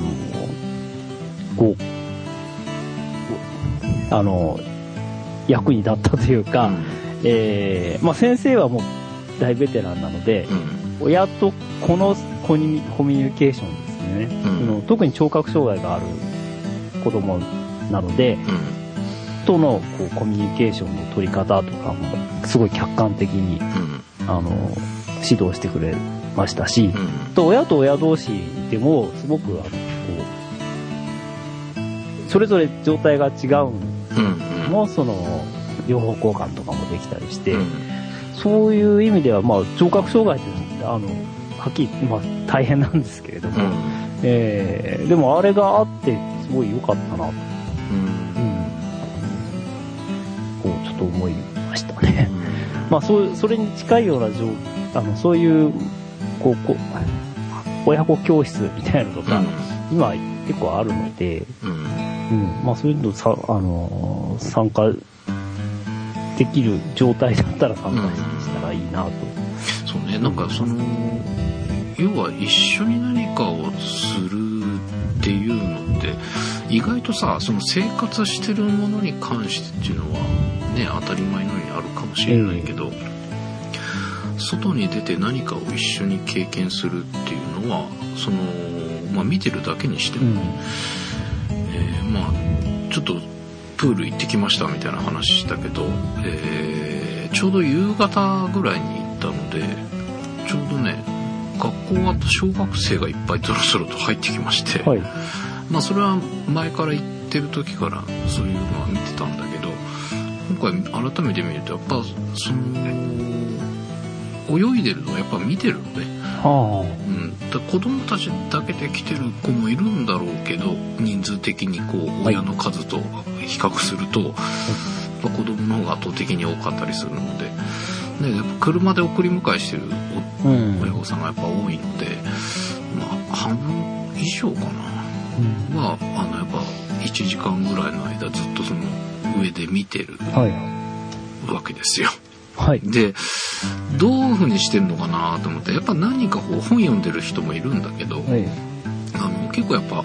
役に立ったというか、先生はもう大ベテランなので、親とこのコミュニケーションですね。特に聴覚障害がある子供なので、とのコミュニケーションの取り方とかもすごい客観的に、指導してくれましたし、と親と親同士でもすごくそれぞれ状態が違うのも、情報交換とかもできたりして、そういう意味では聴覚障害ってはっきり大変なんですけれども、でもあれがあってすごい良かったなと、ちょっと思いましたね。それに近いようなそういう親子教室みたいなのとか、今結構あるので、そういうの参加できる状態だったら参加したらいいなと。 そうね、なんか要は一緒に何かをするっていうのって意外とさ、生活してるものに関してっていうのはね、当たり前のようにあるかもしれないけど、外に出て何かを一緒に経験するっていうのは見てるだけにしてもね、ちょっとプール行ってきましたみたいな話したけど、ちょうど夕方ぐらいに行ったので、ちょうどね、学校終わった小学生がいっぱいぞろぞろと入ってきまして、それは前から行ってる時からそういうのは見てたんだけど、今回改めて見るとやっぱ泳いでるのはやっぱ見てるのね。子供たちだけで来てる子もいるんだろうけど、人数的に親の数と比較すると、やっぱ子供の方が圧倒的に多かったりするので、やっぱ車で送り迎えしてる親御さんがやっぱ多いので、半分以上かな、はやっぱ1時間ぐらいの間ずっと上で見てるわけですよ。で、どういう風にしてるのかなと思って、やっぱ何か本読んでる人もいるんだけど、結構やっぱ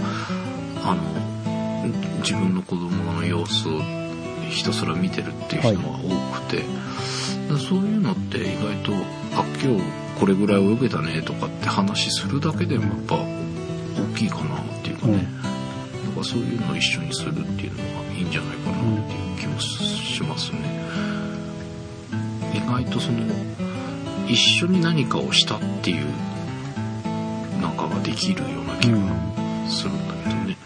自分の子供の様子をひたすら見てるっていう人が多くて、そういうのって意外と今日これぐらい泳げたねとかって話するだけでもやっぱ大きいかなっていうかね、だからそういうのを一緒にするっていうのがいいんじゃないかなっていう気もしますね。意外と一緒に何かをしたっていうなんかができるような気がするんだけどね。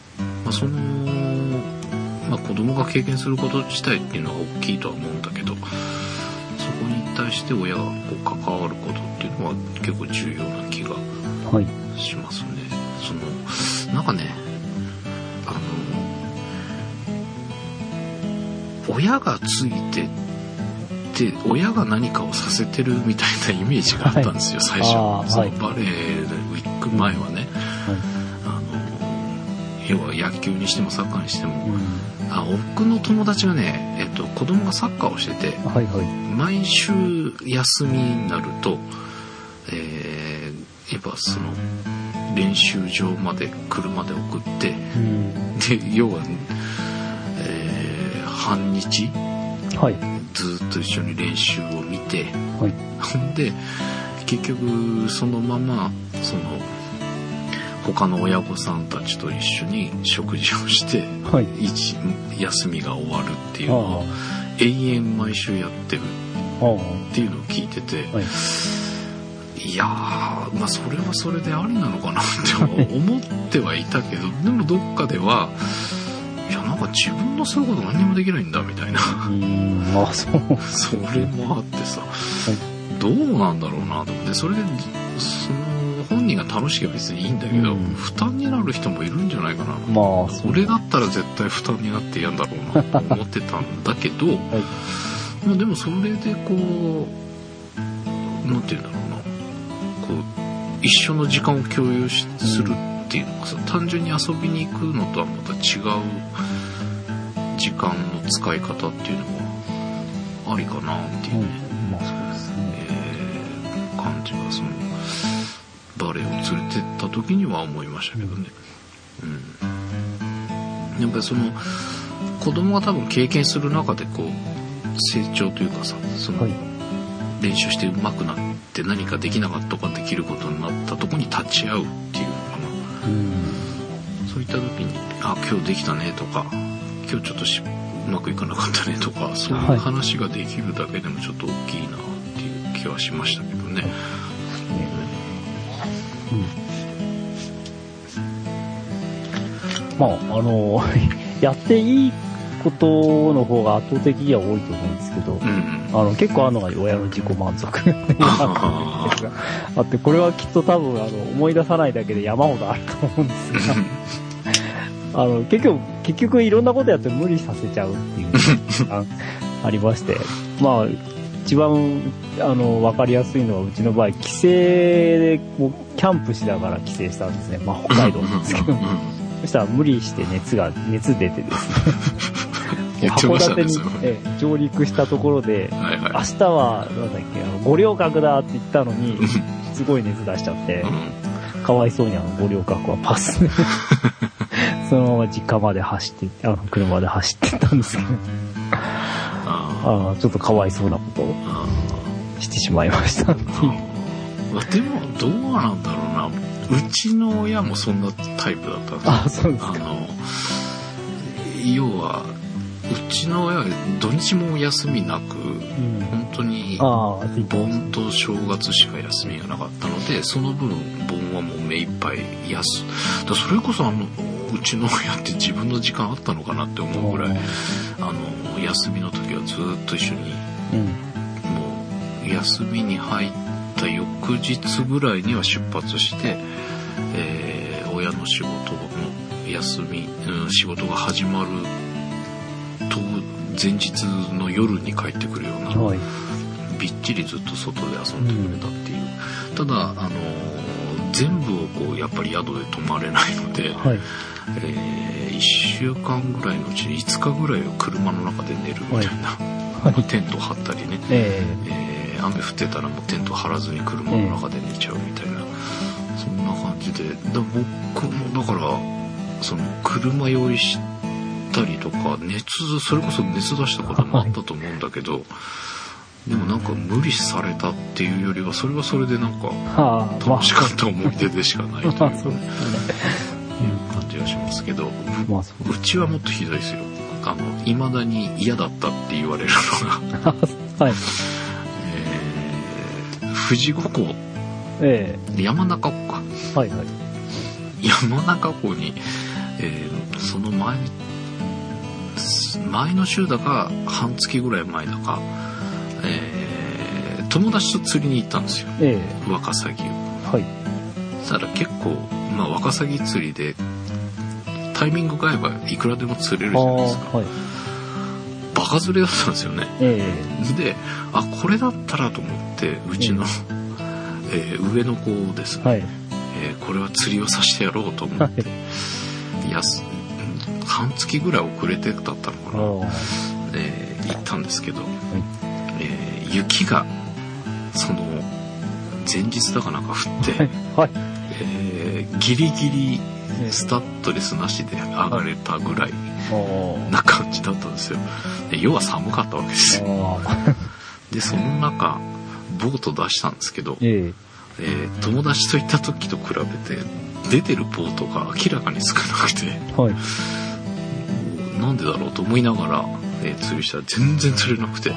子供が経験すること自体っていうのは大きいとは思うんだけど、そこに対して親が関わることっていうのは結構重要な気がしますね。なんかね、親がついてで親が何かをさせてるみたいなイメージがあったんですよ、最初。バレーで行く前はね、要は野球にしてもサッカーにしても、僕の友達がね、子供がサッカーをしてて、毎週休みになると、やっぱ練習場まで車で送って、で要は、半日、ずっと一緒に練習を見て、で結局そのまま他の親御さんたちと一緒に食事をして、休みが終わるっていうのを永遠毎週やってるっていうのを聞いてて、いやー、それはそれでありなのかなって思ってはいたけど、でもどっかではか自分のすること何にもできないんだみたいなあ、そう。 それもあってさ、どうなんだろうなと思って、それでその本人が楽しければ別にいいんだけど、負担になる人もいるんじゃないかな。 まあ、 俺だったら絶対負担になって嫌だろうなと思ってたんだけど、はい、でもそれでこうなんていうんだろうな、こう一緒の時間を共有するっていうのがさ、単純に遊びに行くのとはまた違う時間の使い方っていうのはありかなっていうね、 まあそうですね、 感じがそのバレエを連れてった時には思いましたけどね、やっぱりその子供が多分経験する中でこう成長というかさ、その練習して上手くなって何かできなかったとかできることになったとこに立ち会うっていうのかな、そういった時にあ今日できたねとか今日ちょっとうまくいかなかったねとか、そういう話ができるだけでもちょっと大きいなっていう気はしましたけどね。 まあやっていいことの方が圧倒的には多いと思うんですけど、結構あるのが親の自己満足があって、これはきっと多分思い出さないだけで山ほどあると思うんですが結局いろんなことやって無理させちゃうっていうのがありまして、まあ一番分かりやすいのはうちの場合帰省でもうキャンプしながら帰省したんですね。まあ北海道なんですけどそしたら無理して熱出てですね函館に、上陸したところで、明日はなんだっけ五稜郭だって言ったのにすごい熱出しちゃってかわいそうに五稜郭はパスでそのまま実家まで走って車で走ってったんですけどちょっとかわいそうなことをしてしまいましたっていう。 でもどうなんだろうな、うちの親もそんなタイプだったんですよ。 そうですか。 要はうちの親は土日も休みなく、本当に盆と正月しか休みがなかったので、その分盆はもう目いっぱいだそれこそうちの親って自分の時間あったのかなって思うぐらい休みの時はずっと一緒に、もう休みに入った翌日ぐらいには出発して、親の仕事の休み、仕事が始まると前日の夜に帰ってくるような、びっちりずっと外で遊んでくれたっていう、ただ全部をこうやっぱり宿で泊まれないので、1週間ぐらいのうちに5日ぐらいを車の中で寝るみたいな、テント張ったりね、雨降ってたらもうテント張らずに車の中で寝ちゃうみたいな、そんな感じで、僕もだからその車酔いしたりとかそれこそ熱出したこともあったと思うんだけど、でもなんか無理されたっていうよりはそれはそれでなんか楽しかった思い出でしかないというか、いう感じがしますけど、うちはもっとひどいですよ。未だに嫌だったって言われるのが富士五湖、山中湖か、山中湖に、その前の週だか半月ぐらい前だか、友達と釣りに行ったんですよ、ワカサギを。そしたら結構、ワカサギ釣りでタイミングが合えばいくらでも釣れるじゃないですか。バカ釣れだったんですよね。で、これだったらと思ってうちの、上の子をですね、これは釣りをさせてやろうと思って、半月ぐらい遅れてだったのかな、行ったんですけど、雪がその前日だかなんか降って、ギリギリスタッドレスなしで上がれたぐらいな感じだったんですよ。で、要は寒かったわけですよ。で、その中ボート出したんですけど、友達と行った時と比べて出てるボートが明らかに少なくて、なんでだろうと思いながら、釣りしたら全然釣れなくて、で、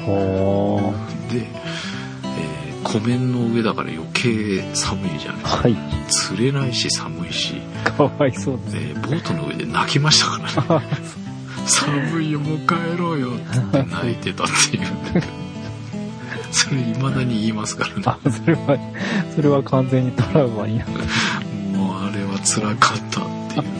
湖面の上だから余計寒いじゃないですか、釣れないし寒いし、 かわいそうです、 ボートの上で泣きましたからね寒いよもう帰ろうよって泣いてたっていうそれ未だに言いますからね。 あ、それは完全にトラウマになった。 もうあれは辛かったっていうのを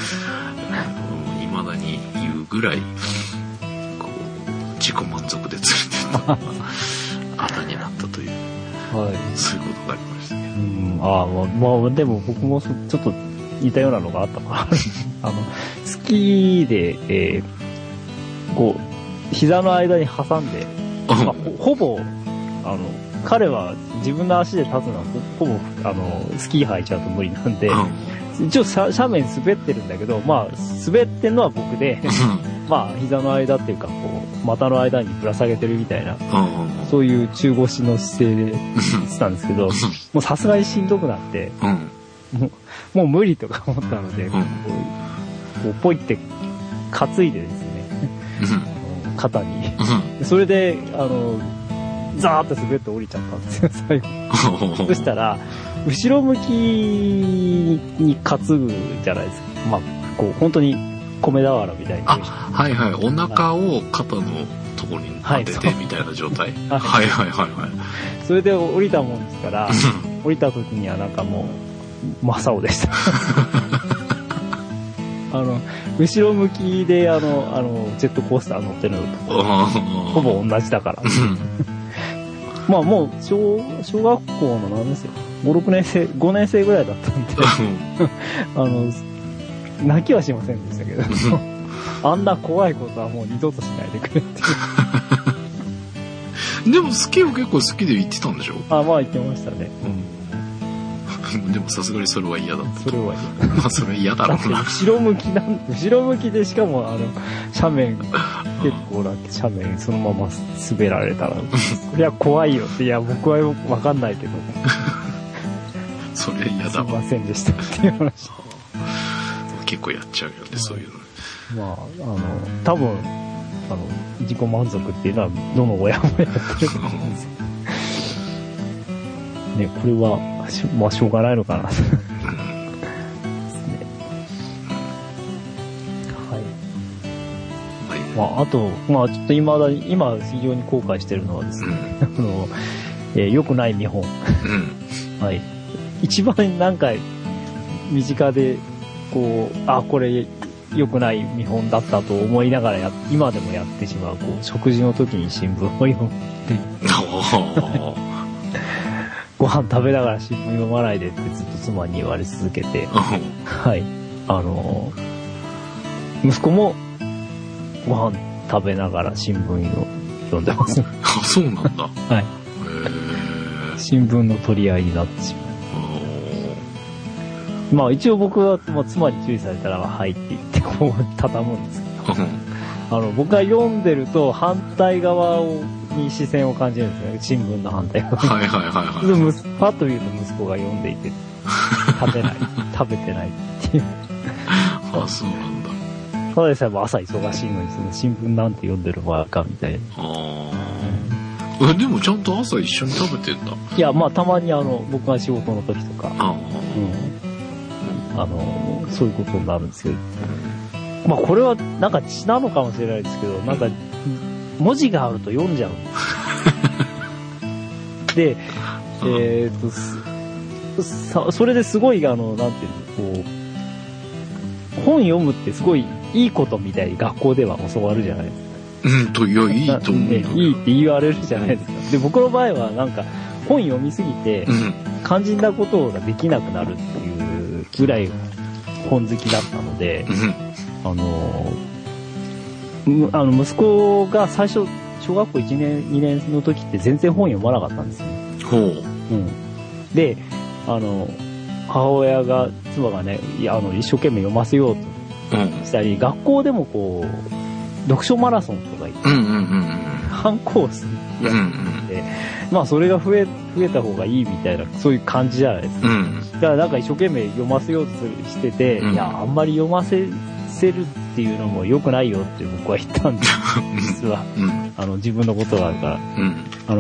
未だに言うぐらいこう自己満足で連れてったあだになったという、はい、そういうことがありましたね。 まあでも僕もちょっと似たようなのがあったからスキーで、こう膝の間に挟んで、ほぼ彼は自分の足で立つのはほぼスキー履いちゃうと無理なんで、一応斜面滑ってるんだけど、まあ滑ってんのは僕でまあ膝の間っていうかこう股の間にぶら下げてるみたいな、そういう中腰の姿勢でしてたんですけど、もうさすがにしんどくなって、もう無理とか思ったので、こうポイって担いでですね、肩に。それで、ザーッと滑って降りちゃったんですよ、最後。そしたら、後ろ向きに担ぐじゃないですか。まあ、こう、本当に米俵みたいに。 はいはい。お腹を肩のところに当ててみたいな状態。はいはいはいはい。 それで降りたもんですから、降りた時にはなんかもう、真っ青でした。後ろ向きでジェットコースター乗ってるのとほぼ同じだから。まあもう小学校の何ですよ、5年生ぐらいだったんで泣きはしませんでしたけどあんな怖いことはもう二度としないでくれってでもスキーは結構好きで行ってたんでしょ？ まあ行ってましたね。 でもさすがにそれは嫌だった。 それは嫌。 まあそれは嫌だろうな。 後ろ向きでしかも斜面、結構な斜面そのまま滑られたら、これは怖いよって、いや僕はわかんないけど。 それ嫌だわ。 すいませんでしたっていう話。 結構やっちゃうよね、そういうの。まあ、多分、自己満足っていうのはどの親もやってると思うんですよ。ね、これは、まあしょうがないのかなですね。はい。まああと、まあちょっと今非常に後悔してるのはですね、良くない見本。はい。一番なんか身近でこう、これ良くない見本だったと思いながら今でもやってしまう、こう食事の時に新聞を読むっていう。ご飯食べながら新聞読まないでってずっと妻に言われ続けて、はい。息子もご飯食べながら新聞を読んでます。 あ、そうなんだ。 はい。新聞の取り合いになってしまう。まあ一応僕は、妻に注意されたら、はいって言ってこう畳むんですけど、僕が読んでると反対側に視線を感じるんですね。新聞の反対側に。 はいはいはいはい。 パッと見ると息子が読んでいて、食べてないっていう。 あ、そうなんだ。 ただでさえも朝忙しいのに、その新聞なんて読んでる場合かみたいな。 でもちゃんと朝一緒に食べてんだ。 いや、まあたまに僕が仕事の時とか、そういうことになるんですけど、まあこれはなんか血なのかもしれないですけど、なんか文字があると読んじゃうんで、それですごいなんていうの、こう本読むってすごいいいことみたいに学校では教わるじゃないですか。 いや、いいと思う。 いいって言われるじゃないですか。で、僕の場合はなんか本読みすぎて、肝心なことができなくなるっていうぐらい本好きだったので、息子が最初、小学校1年、2年の時って全然本読まなかったんですよ。で、母親が、妻がね、一生懸命読ませようとしたり、学校でもこう、読書マラソンとか言って、半コースやってて、まあそれが増えた方がいいみたいな、そういう感じじゃないですか。だからなんか一生懸命読ませようとしてて、いや、あんまり読ませるっていうのも良くないよって僕は言ったんです。実は。自分のことがあるから。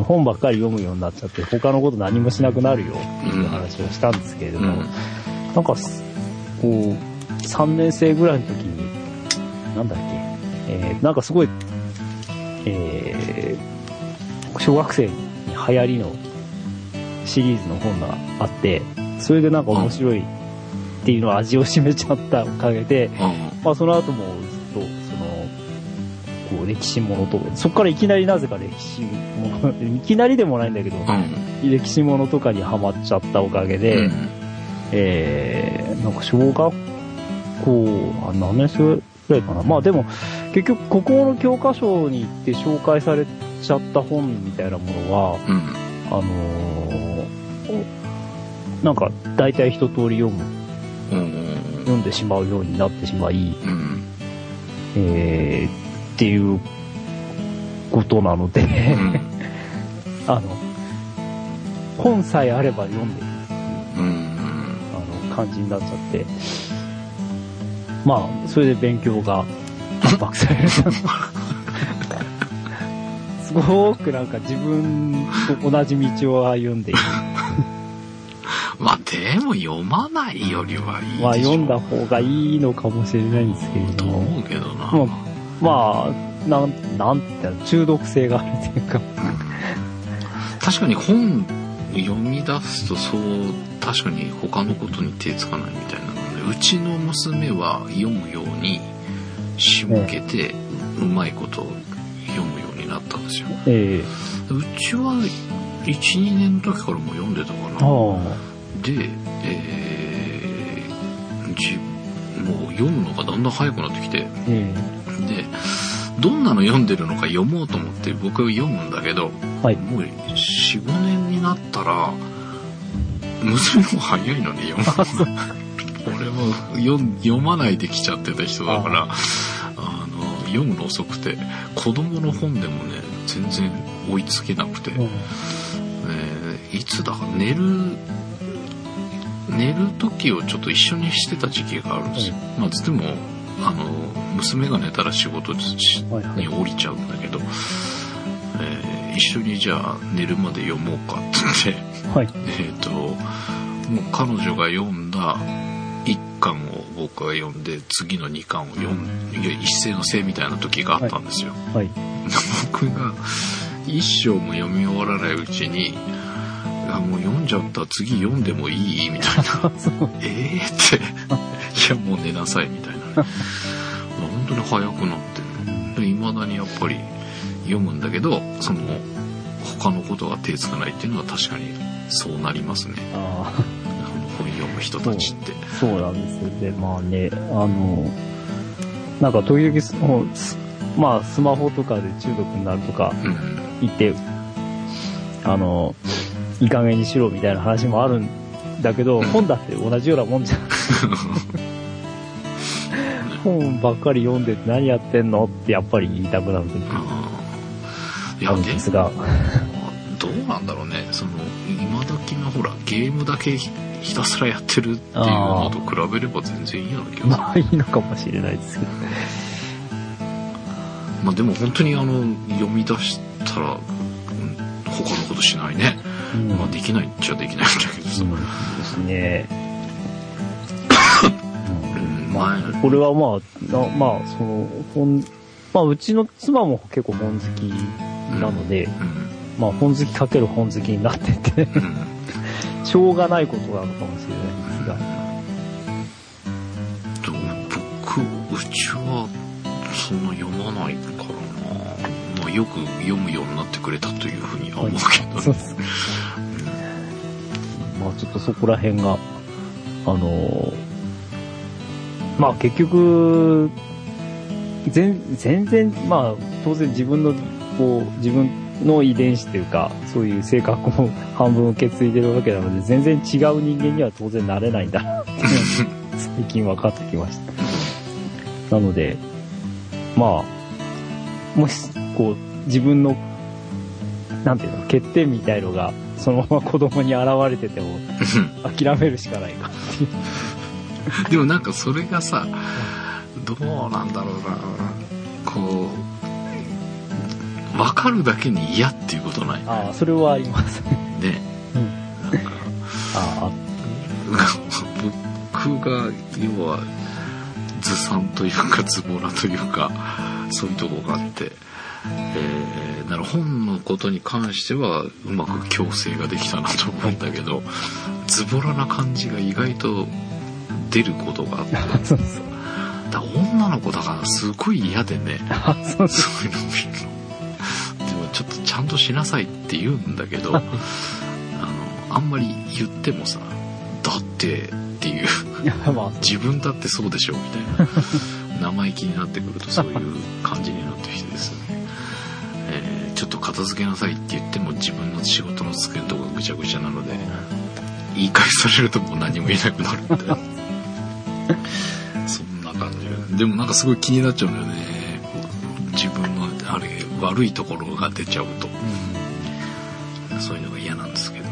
本ばっかり読むようになっちゃって、他のこと何もしなくなるよっていう話をしたんですけれども、なんか、こう、3年生ぐらいの時に、なんだっけ、 なんかすごい、小学生に流行りのシリーズの本があって、それでなんか面白いっていうのを味を占めちゃったおかげで、まあその後もずっとこう歴史ものと、そこからいきなりなぜか歴史もの、いきなりでもないんだけど、歴史ものとかにハマっちゃったおかげで、なんか小学校、何年生ぐらいかな。まあでも結局国語の教科書に行って紹介されちゃった本みたいなものは、なんか大体一通り読んでしまうようになってしまい、っていうことなので、本さえあれば読んでるっていう感じになっちゃって、まあそれで勉強が圧迫される。すごくなんか自分と同じ道を歩んでいる。 まあでも読まないよりはいいでしょ。 まあ読んだ方がいいのかもしれないんですけれども。 と思うけどな。 まあなんて中毒性があるというか。 確かに本読み出すと確かに他のことに手つかないみたいなので、うちの娘は読むように仕向けてうまいこと読むようになったんですよ。うちは 1,2 年の時からも読んでたかな。で、もう読むのがだんだん早くなってきて、でどんなの読んでるのか読もうと思って僕は読むんだけど、もう 4,5 年になったら娘も早いのに読む。俺も読まないできちゃってた人だから読むの遅くて、子供の本でもね全然追いつけなくて、いつだか寝る時をちょっと一緒にしてた時期があるんですよ。まあつっても娘が寝たら仕事に降りちゃうんだけど、一緒にじゃあ寝るまで読もうかって言って、もう彼女が読んだ1巻を僕が読んで次の2巻を読んで一斉のせいみたいな時があったんですよ。僕が一生も読み終わらないうちにもう読んじゃった次読んでもいいみたいなっていやもう寝なさいみたいなね。本当に早くなってる。未だにやっぱり読むんだけど他のことが手つかないっていうのは確かにそうなりますね。本読む人たちってそうなんですよ。でまあねなんか時々まあスマホとかで中毒になるとか言って、いい加減にしろみたいな話もあるんだけど、本だって同じようなもんじゃん。本ばっかり読んで何やってんのってやっぱり言いたくなる時あるんですが、 どうなんだろうね。今時のほらゲームだけひたすらやってるっていうのと比べれば全然いいような気がする。 まあいいのかもしれないですけど。 まあでも本当に読み出したら、他のことしないね。まあできないっちゃできないんだけどさ。 ですね。これはまあうちの妻も結構本好きなので、まあ本好きかける本好きになってて、しょうがないことなのかもしれないですが。 うちはそんな読まないからな。まあよく読むようになってくれたというふうには思うけど、 そうですね。まあちょっとそこら辺がまあ結局全然まあ当然自分の遺伝子というかそういう性格も半分受け継いでるわけなので、全然違う人間には当然なれないんだなって最近分かってきました。なのでまあもし自分のなんていうの欠点みたいのがそのまま子供に現れてても諦めるしかないかっていう。 でもなんかそれがさ、どうなんだろうな、分かるだけに嫌っていうことない？ それはありますね。 なんか僕が要はずさんというかズボラというかそういうとこがあって、だから本のことに関してはうまく矯正ができたなと思うんだけど、ズボラな感じが意外と出ることがあってそうそう。 だ女の子だからすごい嫌でね、 そうそういうの見るの。でもちょっとちゃんとしなさいって言うんだけど、あんまり言ってもさ、だってっていう、自分だってそうでしょみたいな生意気になってくるとそういう感じになってきてですね、ちょっと片付けなさいって言っても自分の仕事の机のとこがぐちゃぐちゃなので、言い返されるともう何も言えなくなるみたいなそんな感じでもなんかすごい気になっちゃうんだよね、自分のあれ悪いところが出ちゃうと、そういうのが嫌なんですけどね。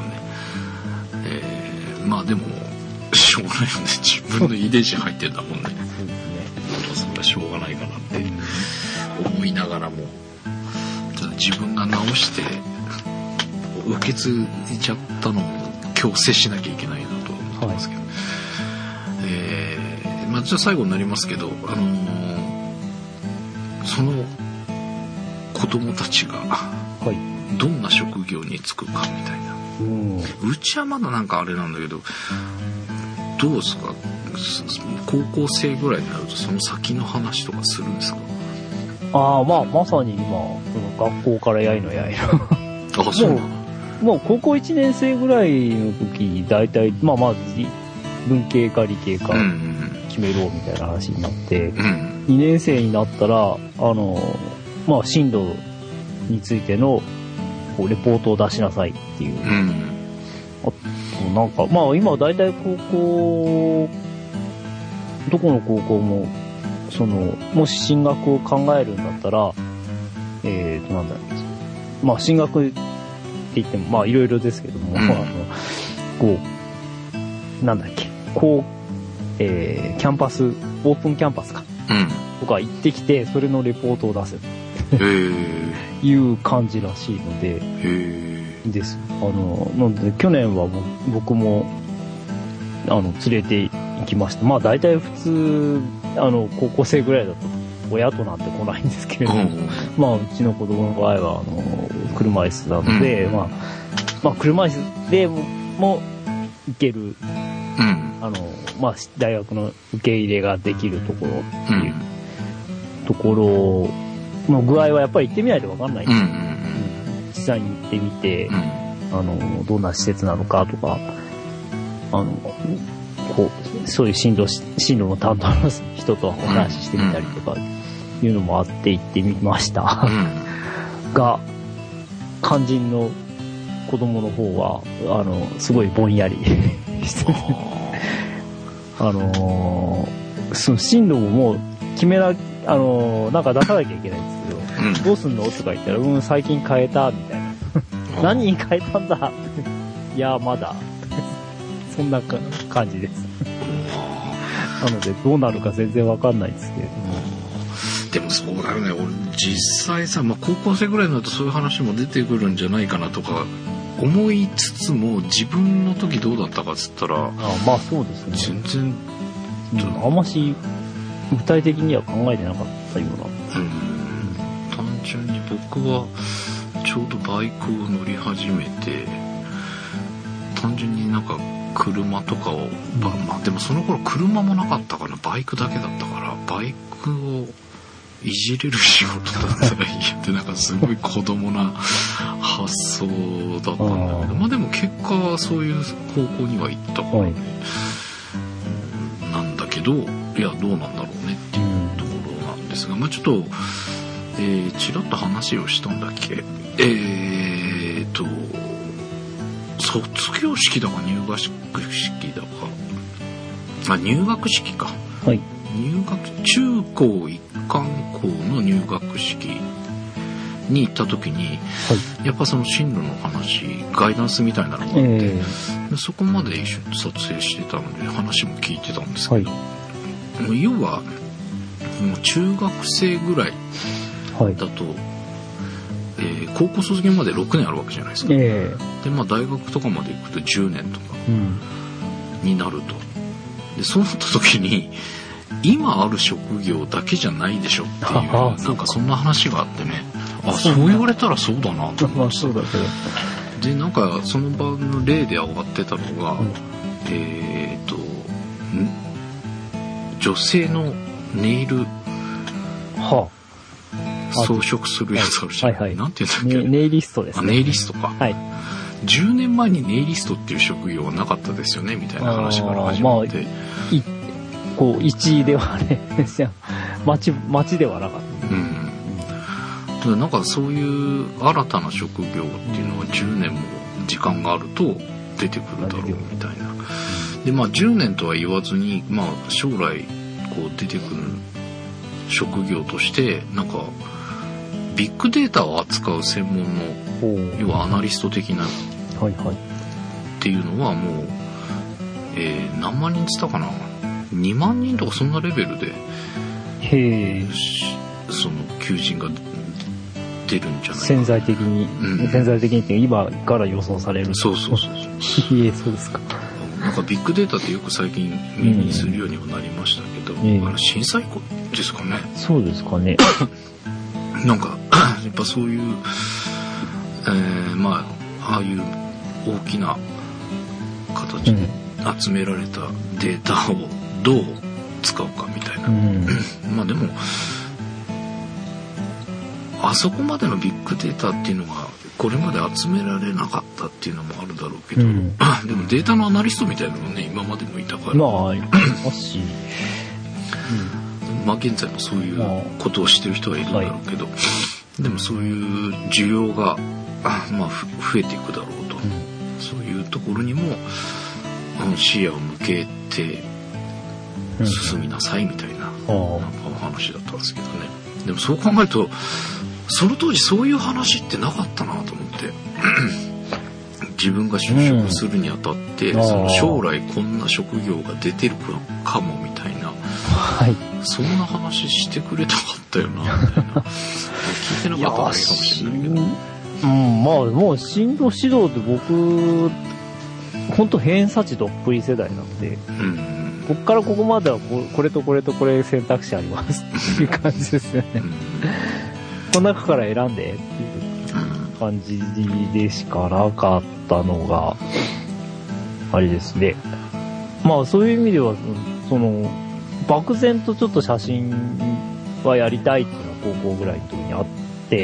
まあでもしょうがないよね、自分の遺伝子入ってんだもんね。それはしょうがないかなって思いながらも、自分が直して受け継いちゃったのを強制しなきゃいけないなと思ってますけど、まあじゃあ最後になりますけど、その子供たちがどんな職業に就くかみたいな、うちはまだなんかあれなんだけど、どうですか、高校生ぐらいになるとその先の話とかするんですか？ まあまさに今その学校からやいのやいのあ、そうなの？ もう高校1年生ぐらいの時に大体まず文系か理系か決めろみたいな話になって、2年生になったらまあ進路についてのレポートを出しなさいっていう、あとなんかまあ今大体高校どこの高校ももし進学を考えるんだったらなんだろう、まあ進学って言ってもまあいろいろですけども、こうなんだっけ、こうキャンパス、オープンキャンパスか、とか行ってきてそれのレポートを出せという感じらしいのでです。なので去年は僕も連れて行きました。まあ大体普通高校生ぐらいだと親となんて来ないんですけれども、まあうちの子供の場合は車椅子なので、まあ車椅子でも行ける、まあ大学の受け入れができるところっていうところの具合はやっぱり行ってみないと分かんないんですよ。実際に行ってみて、どんな施設なのかとか、こうそういう進路の担当の人とお話ししてみたりとかいうのもあって行ってみました、が肝心の子供の方はすごいぼんやりしてその進路ももう決めなんか出さなきゃいけないんですけど、どうすんのとか言ったら最近変えたみたいな何に変えたんだいやまだそんな感じですなのでどうなるか全然わかんないですけれども。 でもそうだよね、俺実際さ、高校生ぐらいになるとそういう話も出てくるんじゃないかなとか思いつつも、自分の時どうだったかっつったらまあそうですね、 全然、 あんまし具体的には考えてなかったような。 単純に僕はちょうどバイクを乗り始めて、単純になんか車とかを、でもその頃車もなかったかな、バイクだけだったから、バイクをいじれる仕事だったらいいやって、なんかすごい子供な発想だったんだけど、でも結果はそういう方向には行ったからね、なんだけど、いやどうなんだろうねっていうところなんですが、ちょっとちらっと話をしたんだっけ、卒業式だか入学式だか、入学式か、中高一貫校の入学式に行った時に、やっぱその進路の話、ガイダンスみたいなのがあって、そこまで一緒に撮影してたので話も聞いてたんですけど、要はもう中学生ぐらいだと、高校卒業まで6年あるわけじゃないですか、で大学とかまで行くと10年とかになると、でそうなった時に今ある職業だけじゃないでしょっていう、なんかそんな話があってね、そう言われたらそうだなと思って。 そうだけど。 で、なんかその場の例で上がってたのが、女性のネイル、装飾するやつあるじゃん。はいはい、なんて言うんだっけ。 ネイリストですね。 ネイリストか。 はい。 10年前にネイリストっていう職業はなかったですよね、みたいな話から始まって。 こう、1位ではね、町ではなかった。 なんかそういう新たな職業っていうのは10年も時間があると出てくるだろうみたいな。で、まあ10年とは言わずに、まあ将来こう出てくる職業として、なんかビッグデータを扱う専門の、要はアナリスト的なっていうのはもう、何万人って言ったかな、2万人とかそんなレベルで、その求人が出るんじゃないかな。 潜在的にって今から予想される。 そう。 そうですか。 なんかビッグデータってよく最近耳にするようにはなりましたけど、震災後ですかね。 そうですかね。 なんかやっぱそういう、まあああいう大きな形で集められたデータをどう使うかみたいな。まあでもあそこまでのビッグデータっていうのがこれまで集められなかったっていうのもあるだろうけど、でもデータのアナリストみたいなのもね今までもいたから、まあいますし、まあ現在もそういうことをしてる人はいるんだろうけど、でもそういう需要がまあ増えていくだろうと、そういうところにも視野を向けて進みなさいみたいな、なんかお話だったんですけどね。でもそう考えるとその当時そういう話ってなかったなと思って自分が就職するにあたって、その将来こんな職業が出てるかもみたいな、そんな話してくれなかったよなみたいな聞いてなかったらいいかもしれないけど、 まあもう進路指導って僕本当偏差値どっぷり世代なので、こっからここまではこれとこれとこれ選択肢ありますっていう感じですよね。この中から選んでっていう感じでしかなかったのがあれですね。まあそういう意味ではその漠然とちょっと写真はやりたいっていうのは高校ぐらいの時にあって、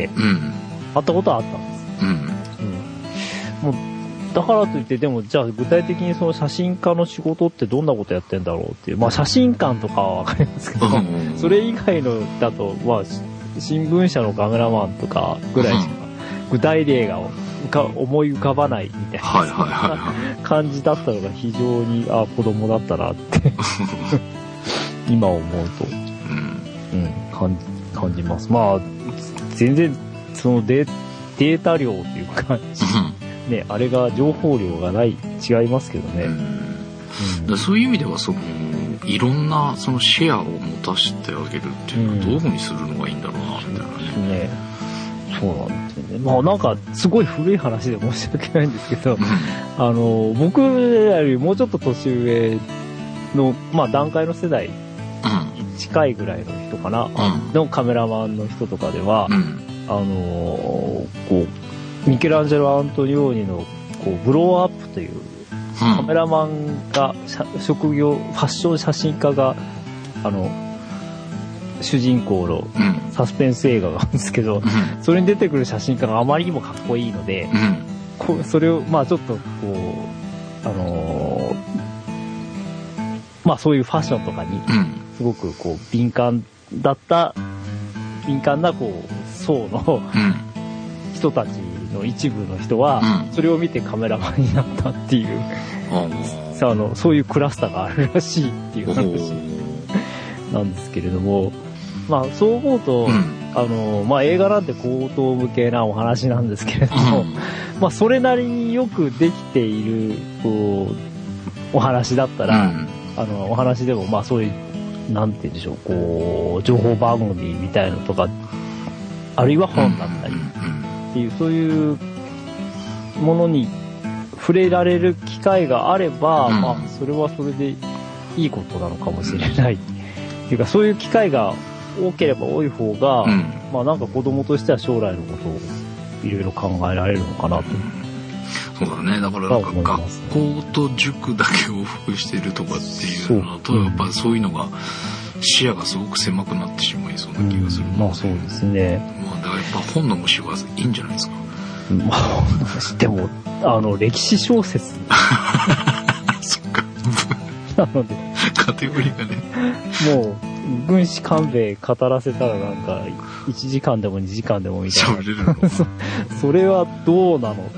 あったことはあったんです。もうだからといって、でもじゃあ具体的にその写真家の仕事ってどんなことやってんだろうっていう、まあ写真館とかはわかりますけど、それ以外のだと、まあ新聞社のカメラマンとかぐらいしか具体例が思い浮かばないみたいな感じだったのが非常に子供だったなって今思うと、感じます。まあ全然そのデータ量というかね、あれが情報量がない違いますけどね。 そういう意味ではそのいろんなそのシェアを持たせてあげるっていうのはどういうふうにするのがいいんだろうなみたいなね。 そうなんですよね。まあなんかすごい古い話で申し訳ないんですけど、僕よりもうちょっと年上のまあ段階の世代に近いぐらいの人かな、のカメラマンの人とかでは、こうミケランジェロ・アントニオーニのこうブローアップというカメラマンが職業ファッション写真家が主人公のサスペンス映画があるんですけど、それに出てくる写真家があまりにもかっこいいので、それをまあちょっとこうまあそういうファッションとかにすごくこう敏感なこう層の人たちの一部の人はそれを見てカメラマンになったっていう、そういうクラスターがあるらしいっていう話なんですけれども、まあそう思うと、まあ映画なんて高等無形なお話なんですけれども、まあそれなりによくできているこうお話だったら、お話でもまあそういうなんて言うんでしょう、こう情報番組みたいのとか、あるいは本だったりっていう、そういうものに触れられる機会があれば、まあそれはそれでいいことなのかもしれないていうかそういう機会が多ければ多い方が、まあなんか子供としては将来のことをいろいろ考えられるのかなと。 そうだね。だからなんか学校と塾だけ往復してるとかっていうのと、やっぱりそういうのが視野がすごく狭くなってしまいそうな気がする、 まあそうですね。 まあだからやっぱ本の虫はいいんじゃないですか。 まあでも歴史小説そっか。 なのでカテゴリーがね。 もう軍師官兵衛語らせたらなんか1時間でも2時間でもみたいな。 喋れるのそれはどうなの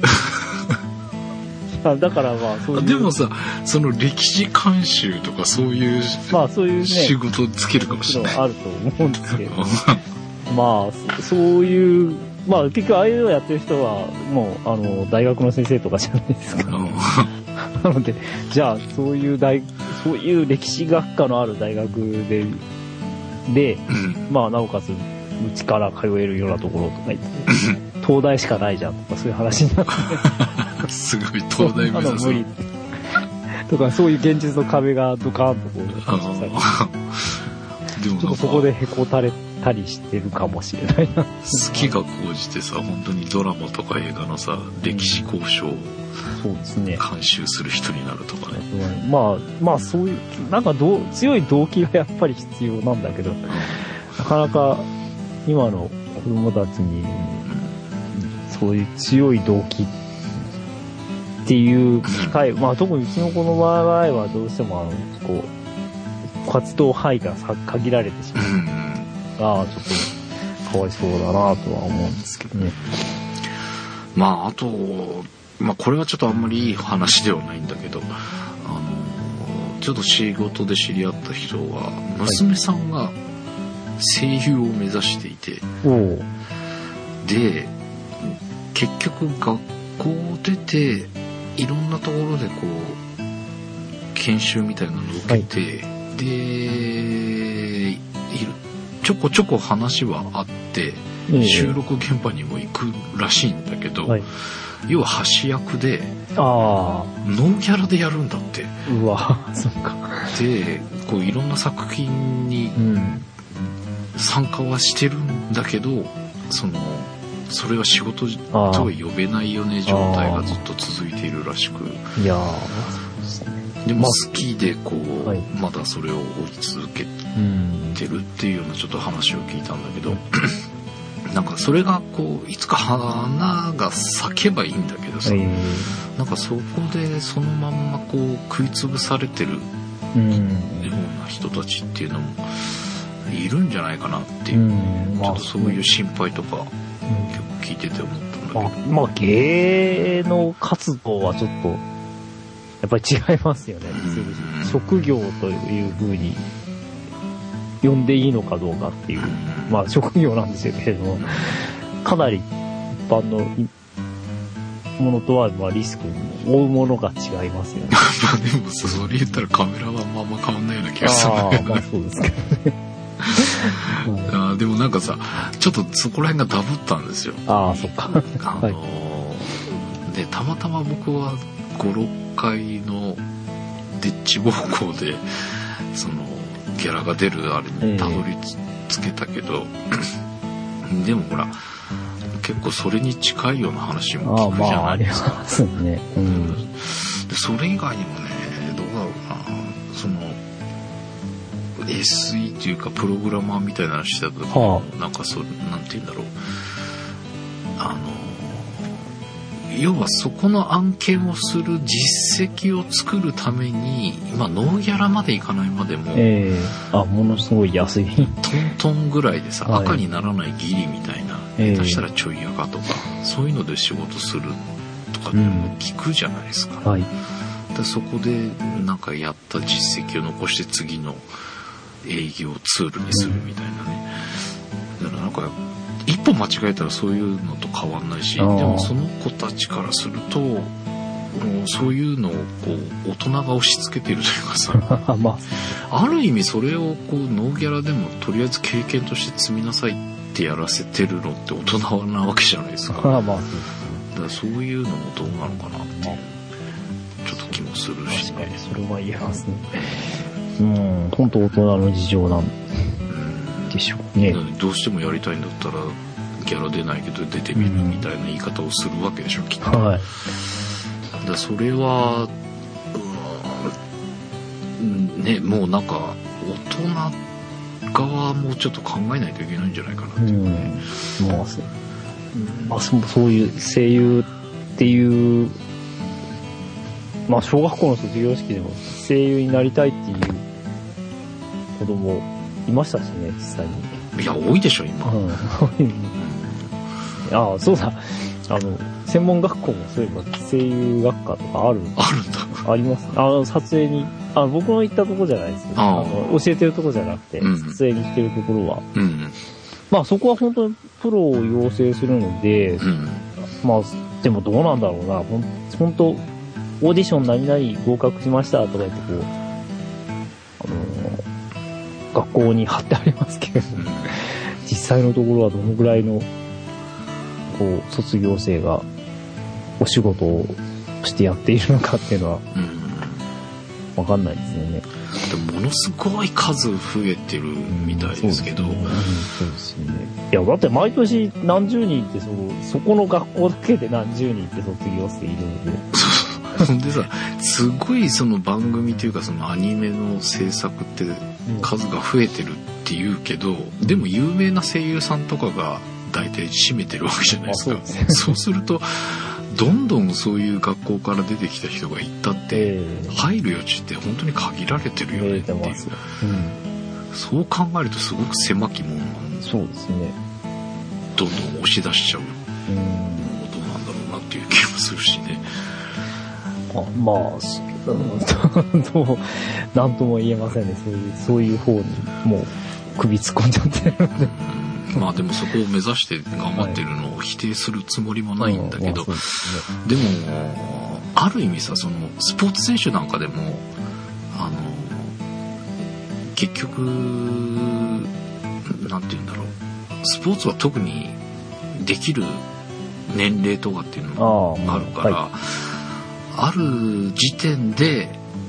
だからまあそういう。 でもさ、その歴史監修とかそういう、 まあそういうね、 仕事をつけるかもしれない。 あると思うんですけど。まあそういう、まあ結局ああいうのをやってる人はもう大学の先生とかじゃないですか。なので、じゃあそういう歴史学科のある大学で、まあなおかつうちから通えるようなところとか言って、東大しかないじゃんとかそういう話になって。 すごい東大目指す。 無理とかそういう現実の壁がドカーンとこうされて、でもちょっとそこでへこたれたりしてるかもしれないな。 好きが高じてさ、本当にドラマとか映画のさ、歴史交渉を監修する人になるとかね。 まあそういうなんか強い動機がやっぱり必要なんだけど、なかなか今の子供たちにそういう強い動機っていう機会、まあ特にうちの子の場合はどうしてもこう活動範囲が限られてしまうが、ちょっとかわいそうだなとは思うんですけどね。 まああと、まあこれはちょっとあんまりいい話ではないんだけど、ちょっと仕事で知り合った人は娘さんが声優を目指していて、で結局学校出ていろんなところでこう研修みたいなのを受けて、でちょこちょこ話はあって、収録現場にも行くらしいんだけど、要は橋役でノーギャラでやるんだって。 うわ、そっか。 でこういろんな作品に参加はしてるんだけど、それは仕事とは呼べないよね状態がずっと続いているらしく、 いやでも好きでこう、まだそれを追い続けてるっていうようなちょっと話を聞いたんだけど、なんかそれがこういつか花が咲けばいいんだけどさ、なんかそこでそのまんまこう食いつぶされてるような人たちっていうのもいるんじゃないかなっていう、ちょっとそういう心配とか聞いてて思ったんだけど、 まあ芸能活動はちょっとやっぱり違いますよね。職業という風に呼んでいいのかどうかっていう、まあ職業なんですけれども、かなり一般のものとはまあリスクを負うものが違いますよね。 でもそれ言ったらカメラはまあまあ変わんないような気がするんだけど。 まあそうですけどね。 でもなんかさ、ちょっとそこら辺がダブったんですよ。 そっか。 でたまたま僕は5、6回のデッチ暴行でそのギャラが出るあれにたどり着けたけど、でもほら結構それに近いような話も聞くじゃないですか。 まあありますね。 でそれ以外にもね、どうだろうな、その SE っていうかプログラマーみたいなのしてた時も、なんかなんて言うんだろう、要はそこの案件をする実績を作るために、ノーギャラまでいかないまでも、 ものすごい安いトントンぐらいでさ、赤にならないギリみたいな、下手したらちょい赤とかそういうので仕事するとかっても聞くじゃないですか。でそこでなんかやった実績を残して次の営業ツールにするみたいなね。だからなんか一歩間違えたらそういうのと変わんないし、でもその子たちからするとそういうのをこう大人が押し付けてるというかさある意味それをこうノーギャラでもとりあえず経験として積みなさいってやらせてるのって大人なわけじゃないですか。だからそういうのもどうなのかなっていうちょっと気もするしね。 それは言えますね。 本当大人の事情なんでしょうね。 どうしてもやりたいんだったらギャラ出ないけど出てみるみたいな言い方をするわけでしょ、きっと。 はい。 だそれは、ね、もうなんか大人側もちょっと考えないといけないんじゃないかなっていうね。 そういう声優っていう、小学校の卒業式でも声優になりたいっていう子供いましたしね、実際に。 いや、多いでしょ、今。 そうだ。専門学校もそういえば声優学科とかあるんだ。あります。撮影に、僕の行ったとこじゃないですよ。教えてるとこじゃなくて、撮影に行ってるところは。そこは本当にプロを養成するので、でもどうなんだろうな。本当オーディション何々合格しましたとか言って学校に貼ってありますけれど、実際のところはどのぐらいの卒業生がお仕事をしてやっているのかっていうのはわかんないですよね。 ものすごい数増えてるみたいですけど、 そうですよね。いやだって毎年何十人ってそこの学校だけで何十人って卒業生いるので。 でさ、すごいその番組というかそのアニメの制作って数が増えてるって言うけど、でも有名な声優さんとかが大体占めてるわけじゃないですか。そうするとどんどんそういう学校から出てきた人が行ったって入る余地って本当に限られてるよねっていう、そう考えるとすごく狭きものなんで、 そうですね、 どんどん押し出しちゃうどうなんだろうなっていう気もするしね。 なんとも言えませんね。そういう方にもう首突っ込んじゃってるので。 でもそこを目指して頑張ってるのを否定するつもりもないんだけど、でもある意味さ、そのスポーツ選手なんかでも結局なんて言うんだろう、スポーツは特にできる年齢とかっていうのがあるから、ある時点で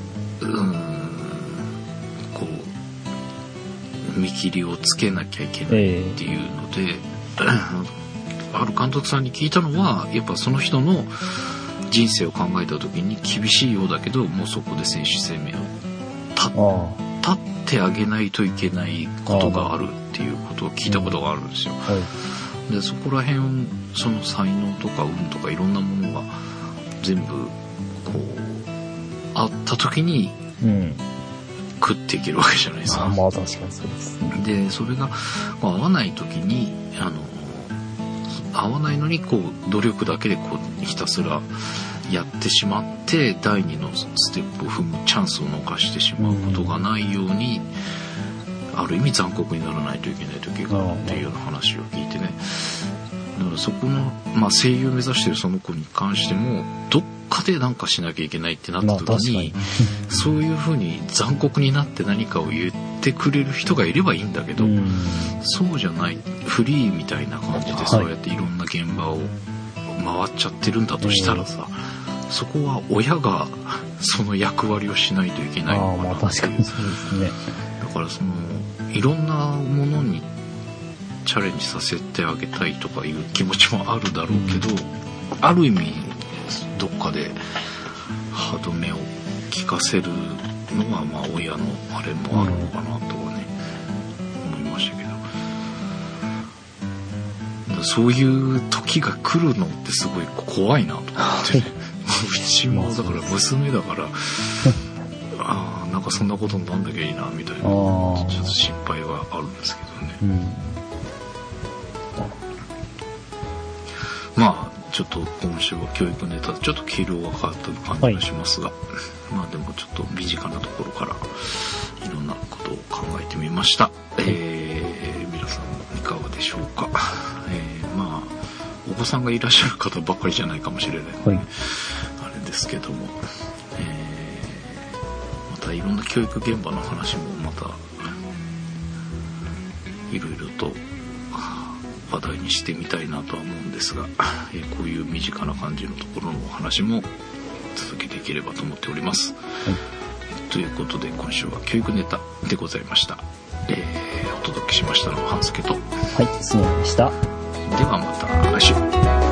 見切りをつけなきゃいけないっていうので、ある監督さんに聞いたのは、やっぱその人の人生を考えた時に厳しいようだけど、もうそこで選手生命を立ってあげないといけないことがあるっていうことを聞いたことがあるんですよ。でそこら辺、その才能とか運とかいろんなものが全部あった時に食っていけるわけじゃないですか。 確かにそうですね。 でそれが合わない時に合わないのに努力だけでひたすらやってしまって第二のステップを踏むチャンスを逃してしまうことがないように、ある意味残酷にならないといけない時があるっていうような話を聞いてね。だからそこの、声優目指してるその子に関してもどっかで何かしなきゃいけないってなった時に、そういう風に残酷になって何かを言ってくれる人がいればいいんだけど、そうじゃないフリーみたいな感じでそうやっていろんな現場を回っちゃってるんだとしたらさ、そこは親がその役割をしないといけないのかなっていう。 確かにそうですね。 だからいろんなものにチャレンジさせてあげたいとかいう気持ちもあるだろうけど、ある意味どっかで歯止めを効かせるのが親のあれもあるのかなとはね、思いましたけど、そういう時が来るのってすごい怖いなと思ってねうちもだから娘だからなんかそんなことになんなきゃいいなみたいなちょっと心配はあるんですけどね。ちょっと今週は教育ネタでちょっと毛色が変わった感じがしますが、でもちょっと身近なところからいろんなことを考えてみました。皆さんいかがでしょうか。お子さんがいらっしゃる方ばっかりじゃないかもしれないので、あれですけども、またいろんな教育現場の話もまたいろいろと話題にしてみたいなとは思うんですが、こういう身近な感じのところのお話も続けていければと思っております。 ということで今週は教育ネタでございました。お届けしましたのは半助と、 はい、スノーでした。 ではまた来週。